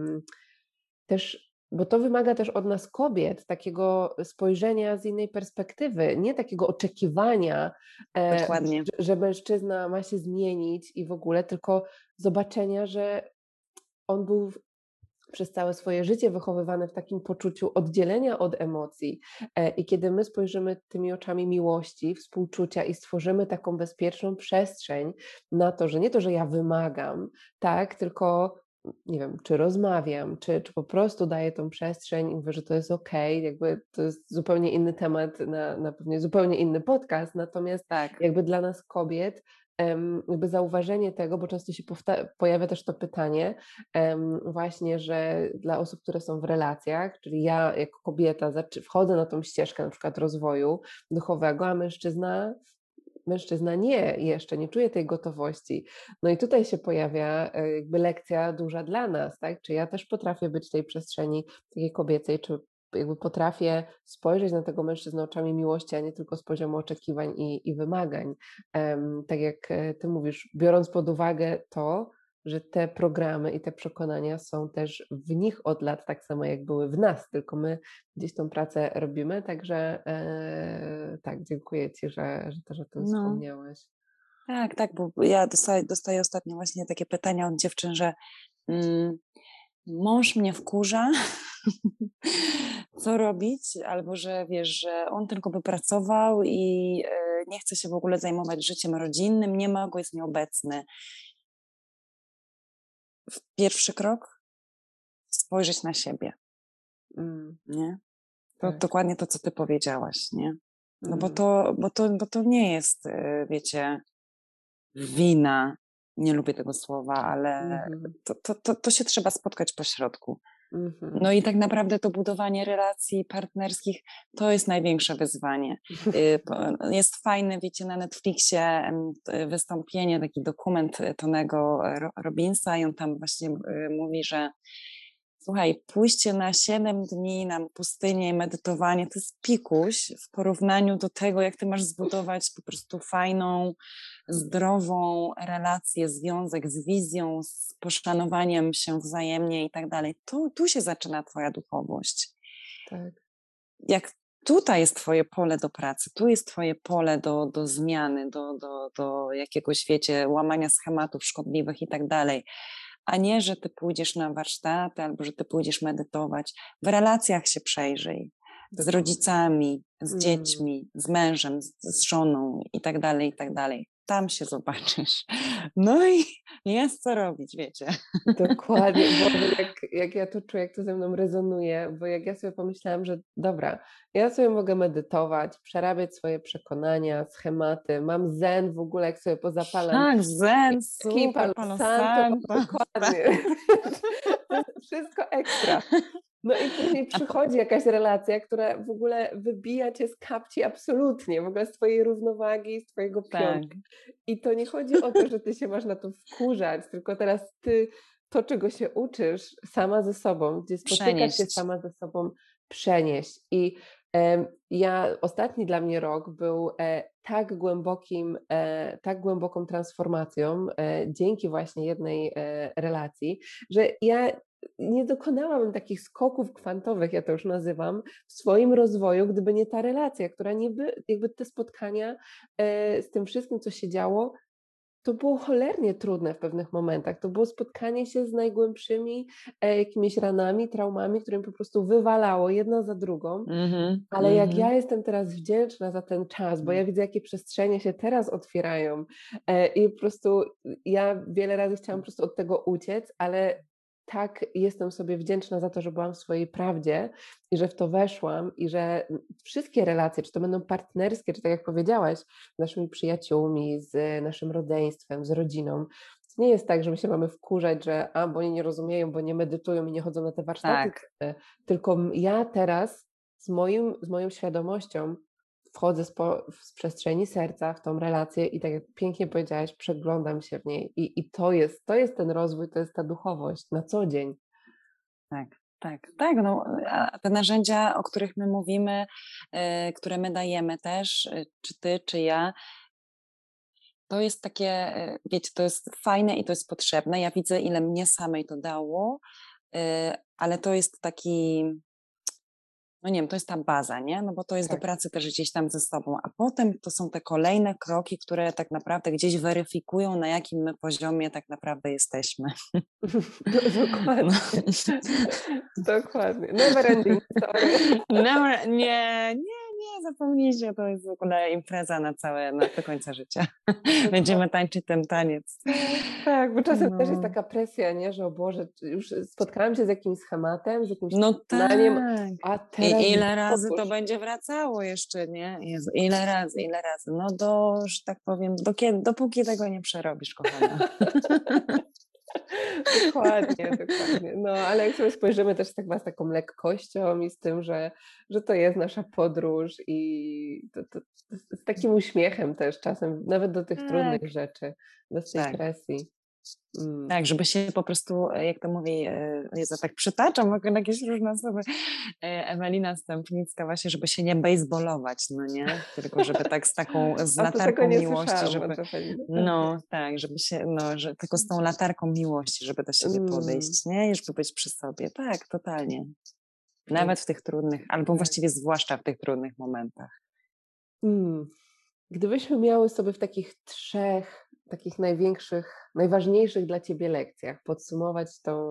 też, bo to wymaga też od nas kobiet takiego spojrzenia z innej perspektywy, nie takiego oczekiwania, że mężczyzna ma się zmienić i w ogóle, tylko zobaczenia, że on był przez całe swoje życie wychowywany w takim poczuciu oddzielenia od emocji. I kiedy my spojrzymy tymi oczami miłości, współczucia i stworzymy taką bezpieczną przestrzeń na to, że nie to, że ja wymagam, tak, tylko nie wiem, czy rozmawiam, czy po prostu daję tą przestrzeń i mówię, że to jest okej, jakby to jest zupełnie inny temat na pewnie zupełnie inny podcast, natomiast jakby dla nas kobiet jakby zauważenie tego, bo często się pojawia też to pytanie właśnie, że dla osób, które są w relacjach, czyli ja jako kobieta wchodzę na tą ścieżkę na przykład rozwoju duchowego, a mężczyzna nie, jeszcze nie czuje tej gotowości. No i tutaj się pojawia jakby lekcja duża dla nas, tak? Czy ja też potrafię być w tej przestrzeni takiej kobiecej, czy jakby potrafię spojrzeć na tego mężczyznę oczami miłości, a nie tylko z poziomu oczekiwań i wymagań. Tak jak ty mówisz, biorąc pod uwagę to, że te programy i te przekonania są też w nich od lat, tak samo jak były w nas, tylko my gdzieś tą pracę robimy, także tak, dziękuję Ci, że też o tym wspomniałaś. Tak, bo ja dostaję ostatnio właśnie takie pytania od dziewczyn, że mąż mnie wkurza, co robić, albo że wiesz, że on tylko by pracował i nie chce się w ogóle zajmować życiem rodzinnym, nie ma go, jest nieobecny. Pierwszy krok, spojrzeć na siebie, nie? To dokładnie to, co ty powiedziałaś, nie? No bo to nie jest, wiecie, wina, nie lubię tego słowa, ale to się trzeba spotkać po środku. No i tak naprawdę to budowanie relacji partnerskich to jest największe wyzwanie. Jest fajne, wiecie, na Netflixie wystąpienie, taki dokument Tonego Robbinsa i on tam właśnie mówi, że słuchaj, pójście na 7 dni na pustynię i medytowanie to jest pikuś w porównaniu do tego, jak ty masz zbudować po prostu fajną, zdrową relację, związek z wizją, z poszanowaniem się wzajemnie i tak dalej. Tu się zaczyna twoja duchowość. Tak. Jak tutaj jest twoje pole do pracy, tu jest twoje pole do zmiany, do jakiegoś, wiecie, łamania schematów szkodliwych i tak dalej, a nie, że ty pójdziesz na warsztaty albo że ty pójdziesz medytować. W relacjach się przejrzyj. Z rodzicami, z dziećmi, z mężem, z żoną i tak dalej, i tak dalej. Tam się zobaczysz. No i jest co robić, wiecie. Dokładnie, Boże, jak ja to czuję, jak to ze mną rezonuje, bo jak ja sobie pomyślałam, że dobra, ja sobie mogę medytować, przerabiać swoje przekonania, schematy, mam zen w ogóle, jak sobie pozapalam Tak, zen, Ki super, Palo Palo Santo, Santo. dokładnie, to jest wszystko ekstra. No i później przychodzi jakaś relacja, która w ogóle wybija cię z kapci absolutnie, w ogóle z twojej równowagi, z twojego piątka. I to nie chodzi o to, że ty się masz na to wkurzać, tylko teraz ty to, czego się uczysz sama ze sobą, gdzie spotykasz się sama ze sobą, przenieść. I ostatni dla mnie rok był tak głęboką transformacją dzięki właśnie jednej relacji, że ja nie dokonałam takich skoków kwantowych, ja to już nazywam, w swoim rozwoju, gdyby nie ta relacja, która jakby te spotkania z tym wszystkim, co się działo, to było cholernie trudne w pewnych momentach. To było spotkanie się z najgłębszymi jakimiś ranami, traumami, które mi po prostu wywalało jedna za drugą. Ale jak ja jestem teraz wdzięczna za ten czas, bo ja widzę, jakie przestrzenie się teraz otwierają i po prostu ja wiele razy chciałam po prostu od tego uciec, ale tak jestem sobie wdzięczna za to, że byłam w swojej prawdzie i że w to weszłam i że wszystkie relacje, czy to będą partnerskie, czy tak jak powiedziałaś, z naszymi przyjaciółmi, z naszym rodzeństwem, z rodziną, to nie jest tak, że my się mamy wkurzać, że bo oni nie rozumieją, bo nie medytują i nie chodzą na te warsztaty, tylko ja teraz z moją świadomością wchodzę z przestrzeni serca w tą relację i tak jak pięknie powiedziałaś, przeglądam się w niej i to jest ten rozwój, to jest ta duchowość na co dzień. Tak, no, a te narzędzia, o których my mówimy, które my dajemy też, czy ty, czy ja, to jest takie, wiecie, to jest fajne i to jest potrzebne. Ja widzę, ile mnie samej to dało, ale to jest taki, no nie wiem, to jest ta baza, nie? No bo to jest do pracy też gdzieś tam ze sobą, a potem to są te kolejne kroki, które tak naprawdę gdzieś weryfikują, na jakim my poziomie tak naprawdę jesteśmy. Dokładnie. Dokładnie. Never ending story. Nie, zapomnijcie, to jest w ogóle impreza do końca życia. Będziemy tańczyć ten taniec. Tak, bo czasem też jest taka presja, nie, że o Boże, już spotkałam się z jakimś schematem, z jakimś przekonaniem, a teraz I ile razy to będzie wracało jeszcze, nie? Jezu, ile razy. No że tak powiem, dopóki tego nie przerobisz, kochana. Dokładnie. No, ale jak sobie spojrzymy też tak z taką lekkością i z tym, że to jest nasza podróż i to z takim uśmiechem też czasem, nawet do tych trudnych rzeczy, bez tej presji. Tak, żeby się po prostu, jak to mówi, ja tak przytaczam jakieś różne osoby, Ewelina Stępnicka właśnie, żeby się nie baseballować, no nie? Tylko żeby tak z latarką miłości, żeby żeby się, że tylko z tą latarką miłości, żeby do siebie podejść, nie? I żeby być przy sobie. Tak, totalnie. Nawet w tych trudnych, albo właściwie zwłaszcza w tych trudnych momentach. Gdybyśmy miały sobie w takich 3 takich najważniejszych dla ciebie lekcjach podsumować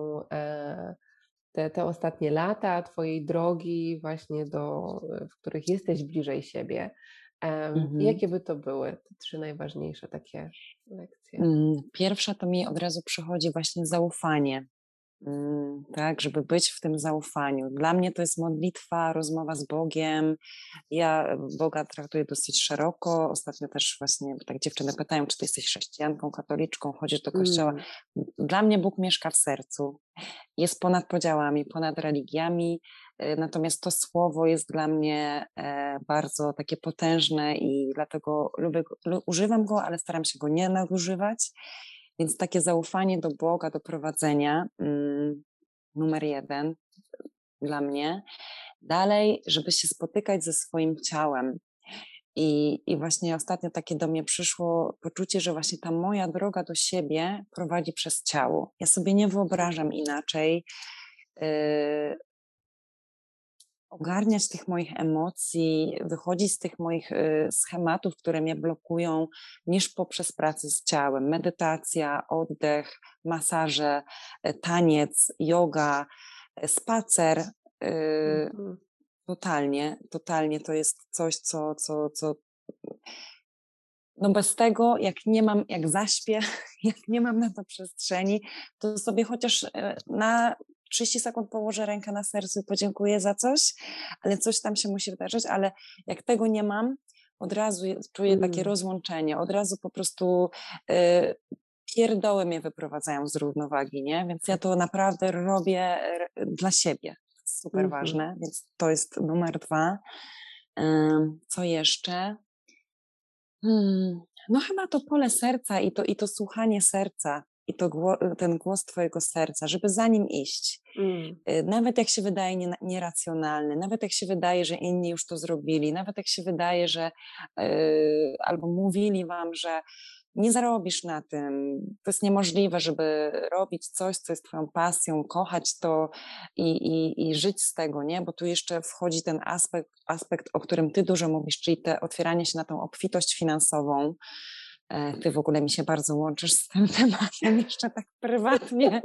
te ostatnie lata twojej drogi właśnie w których jesteś bliżej siebie, jakie by to były te 3 najważniejsze takie lekcje? Pierwsza to mi od razu przychodzi właśnie zaufanie. Tak, żeby być w tym zaufaniu. Dla mnie to jest modlitwa, rozmowa z Bogiem. Ja Boga traktuję dosyć szeroko. Ostatnio też właśnie tak dziewczyny pytają, czy ty jesteś chrześcijanką, katoliczką, chodzisz do kościoła. Dla mnie Bóg mieszka w sercu. Jest ponad podziałami, ponad religiami, natomiast to słowo jest dla mnie bardzo takie potężne i dlatego używam go, ale staram się go nie nadużywać. Więc takie zaufanie do Boga, do prowadzenia, numer 1 dla mnie. Dalej, żeby się spotykać ze swoim ciałem. I właśnie ostatnio takie do mnie przyszło poczucie, że właśnie ta moja droga do siebie prowadzi przez ciało. Ja sobie nie wyobrażam inaczej ogarniać tych moich emocji, wychodzić z tych moich schematów, które mnie blokują, niż poprzez pracę z ciałem. Medytacja, oddech, masaże, taniec, yoga, spacer. Mhm. Totalnie to jest coś, co no bez tego, jak zaśpię, jak nie mam na to przestrzeni, to sobie chociaż na 30 sekund położę rękę na sercu i podziękuję za coś, ale coś tam się musi wydarzyć, ale jak tego nie mam, od razu czuję takie rozłączenie, od razu po prostu pierdoły mnie wyprowadzają z równowagi, nie? Więc ja to naprawdę robię dla siebie. To jest super ważne, więc to jest numer 2. Co jeszcze? No chyba to pole serca i to słuchanie serca i ten głos twojego serca, żeby za nim iść. Nawet jak się wydaje nieracjonalny, nawet jak się wydaje, że inni już to zrobili, nawet jak się wydaje, że albo mówili wam, że nie zarobisz na tym, to jest niemożliwe, żeby robić coś, co jest twoją pasją, kochać to i żyć z tego, nie? Bo tu jeszcze wchodzi ten aspekt, o którym ty dużo mówisz, czyli te otwieranie się na tą obfitość finansową. Ty w ogóle mi się bardzo łączysz z tym tematem jeszcze tak prywatnie.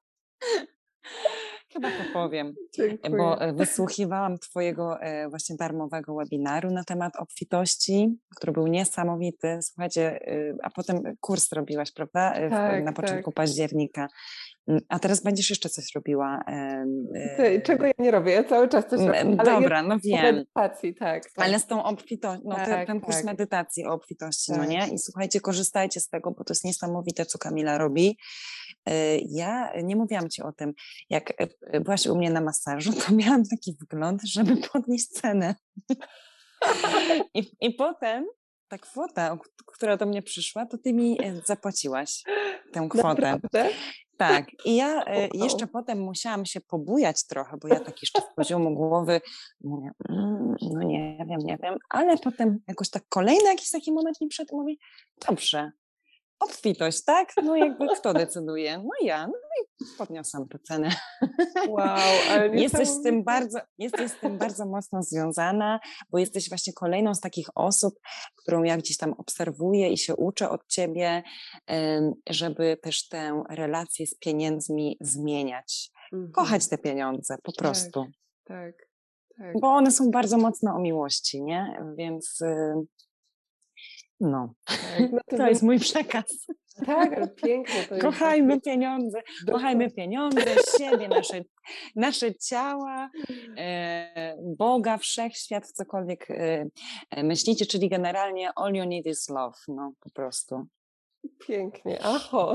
Chyba to powiem, bo wysłuchiwałam twojego właśnie darmowego webinaru na temat obfitości, który był niesamowity. Słuchajcie, a potem kurs robiłaś, prawda? Na początku października. A teraz będziesz jeszcze coś robiła. Czego ja nie robię? Ja cały czas coś robię. Ale dobra, no wiem. Medytacji, tak. Ale z tą obfitością, ten kurs medytacji o obfitości, no nie? I słuchajcie, korzystajcie z tego, bo to jest niesamowite, co Kamila robi. Ja nie mówiłam ci o tym, jak byłaś u mnie na masażu, to miałam taki wgląd, żeby podnieść cenę. I potem ta kwota, która do mnie przyszła, to ty mi zapłaciłaś tę kwotę. Naprawdę? Tak. I ja jeszcze potem musiałam się pobujać trochę, bo ja tak jeszcze z poziomu głowy mówię, no nie wiem, ale potem jakoś tak kolejny jakiś taki moment mi mówi, dobrze, obfitość, tak? No jakby kto decyduje? No ja, no i podniosłam tę cenę. Wow, ale jesteś z tym bardzo mocno związana, bo jesteś właśnie kolejną z takich osób, którą ja gdzieś tam obserwuję i się uczę od ciebie, żeby też tę relację z pieniędzmi zmieniać. Kochać te pieniądze, po prostu. Tak. Bo one są bardzo mocno o miłości, nie? Więc no, to jest mój przekaz. Tak, ale pięknie to jest. Kochajmy pieniądze, kochajmy pieniądze, siebie, nasze ciała, Boga, wszechświat, cokolwiek myślicie, czyli generalnie all you need is love, no po prostu. Pięknie, aho.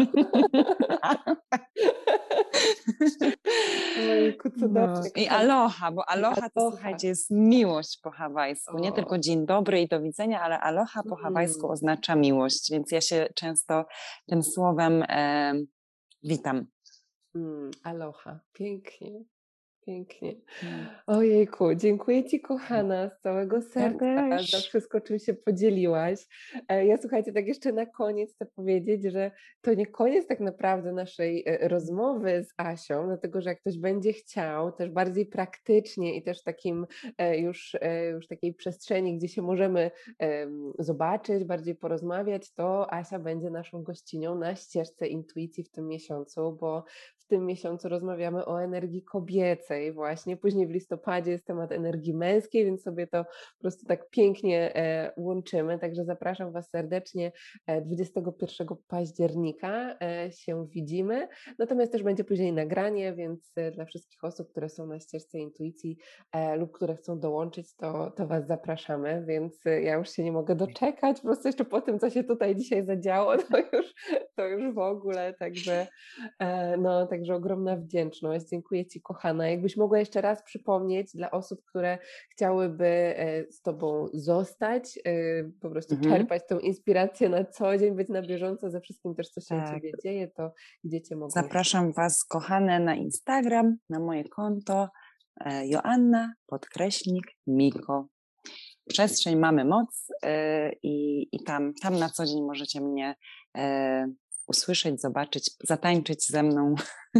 Ojku, cudownie. I aloha, bo aloha to słuchajcie, jest miłość po hawajsku. Nie tylko dzień dobry i do widzenia, ale aloha po hawajsku oznacza miłość, więc ja się często tym słowem witam. Aloha, pięknie. Ojejku, dziękuję ci, kochana, z całego serca za wszystko, czym się podzieliłaś. Ja słuchajcie, tak jeszcze na koniec chcę powiedzieć, że to nie koniec tak naprawdę naszej rozmowy z Asią, dlatego że jak ktoś będzie chciał też bardziej praktycznie i też takim już takiej przestrzeni, gdzie się możemy zobaczyć, bardziej porozmawiać, to Asia będzie naszą gościnią na ścieżce intuicji w tym miesiącu, bo w tym miesiącu rozmawiamy o energii kobiecej właśnie. Później w listopadzie jest temat energii męskiej, więc sobie to po prostu tak pięknie łączymy. Także zapraszam Was serdecznie 21 października się widzimy. Natomiast też będzie później nagranie, więc dla wszystkich osób, które są na ścieżce intuicji lub które chcą dołączyć, to Was zapraszamy, więc ja już się nie mogę doczekać. Po prostu jeszcze po tym, co się tutaj dzisiaj zadziało, to już w ogóle. Także ogromna wdzięczność. Dziękuję Ci, kochana. Jakbyś mogła jeszcze raz przypomnieć dla osób, które chciałyby z Tobą zostać, po prostu czerpać tą inspirację na co dzień, być na bieżąco ze wszystkim też, co się u Ciebie dzieje, to gdzie Cię mogą Zapraszam Was, kochane, na Instagram, na moje konto Joanna_Miko. Przestrzeń Mamy Moc i tam na co dzień możecie mnie usłyszeć, zobaczyć, zatańczyć ze mną.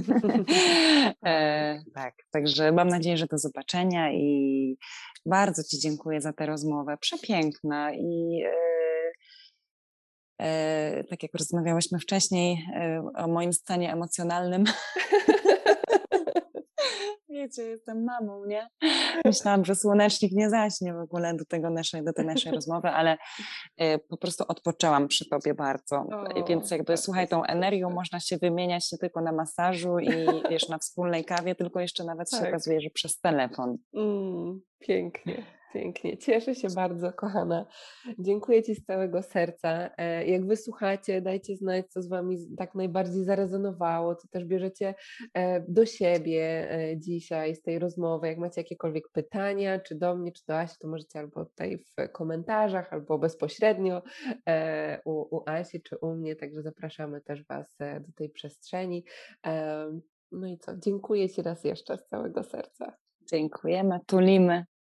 Tak, także mam nadzieję, że do zobaczenia i bardzo Ci dziękuję za tę rozmowę. Przepiękna i tak jak rozmawiałyśmy wcześniej o moim stanie emocjonalnym. Wiecie, jestem mamą, nie? Myślałam, że słonecznik nie zaśnie w ogóle do tej naszej rozmowy, ale po prostu odpoczęłam przy Tobie bardzo. Więc jakby słuchaj, tą energią można się wymieniać nie tylko na masażu i wiesz, na wspólnej kawie, tylko jeszcze nawet się okazuje, że przez telefon. Pięknie, pięknie. Cieszę się bardzo, kochana. Dziękuję Ci z całego serca. Jak Wy słuchacie, dajcie znać, co z Wami tak najbardziej zarezonowało, co też bierzecie do siebie dzisiaj z tej rozmowy. Jak macie jakiekolwiek pytania, czy do mnie, czy do Asi, to możecie albo tutaj w komentarzach, albo bezpośrednio u Asi, czy u mnie, także zapraszamy też Was do tej przestrzeni. No i co, dziękuję Ci raz jeszcze z całego serca. Dziękujemy, tulimy.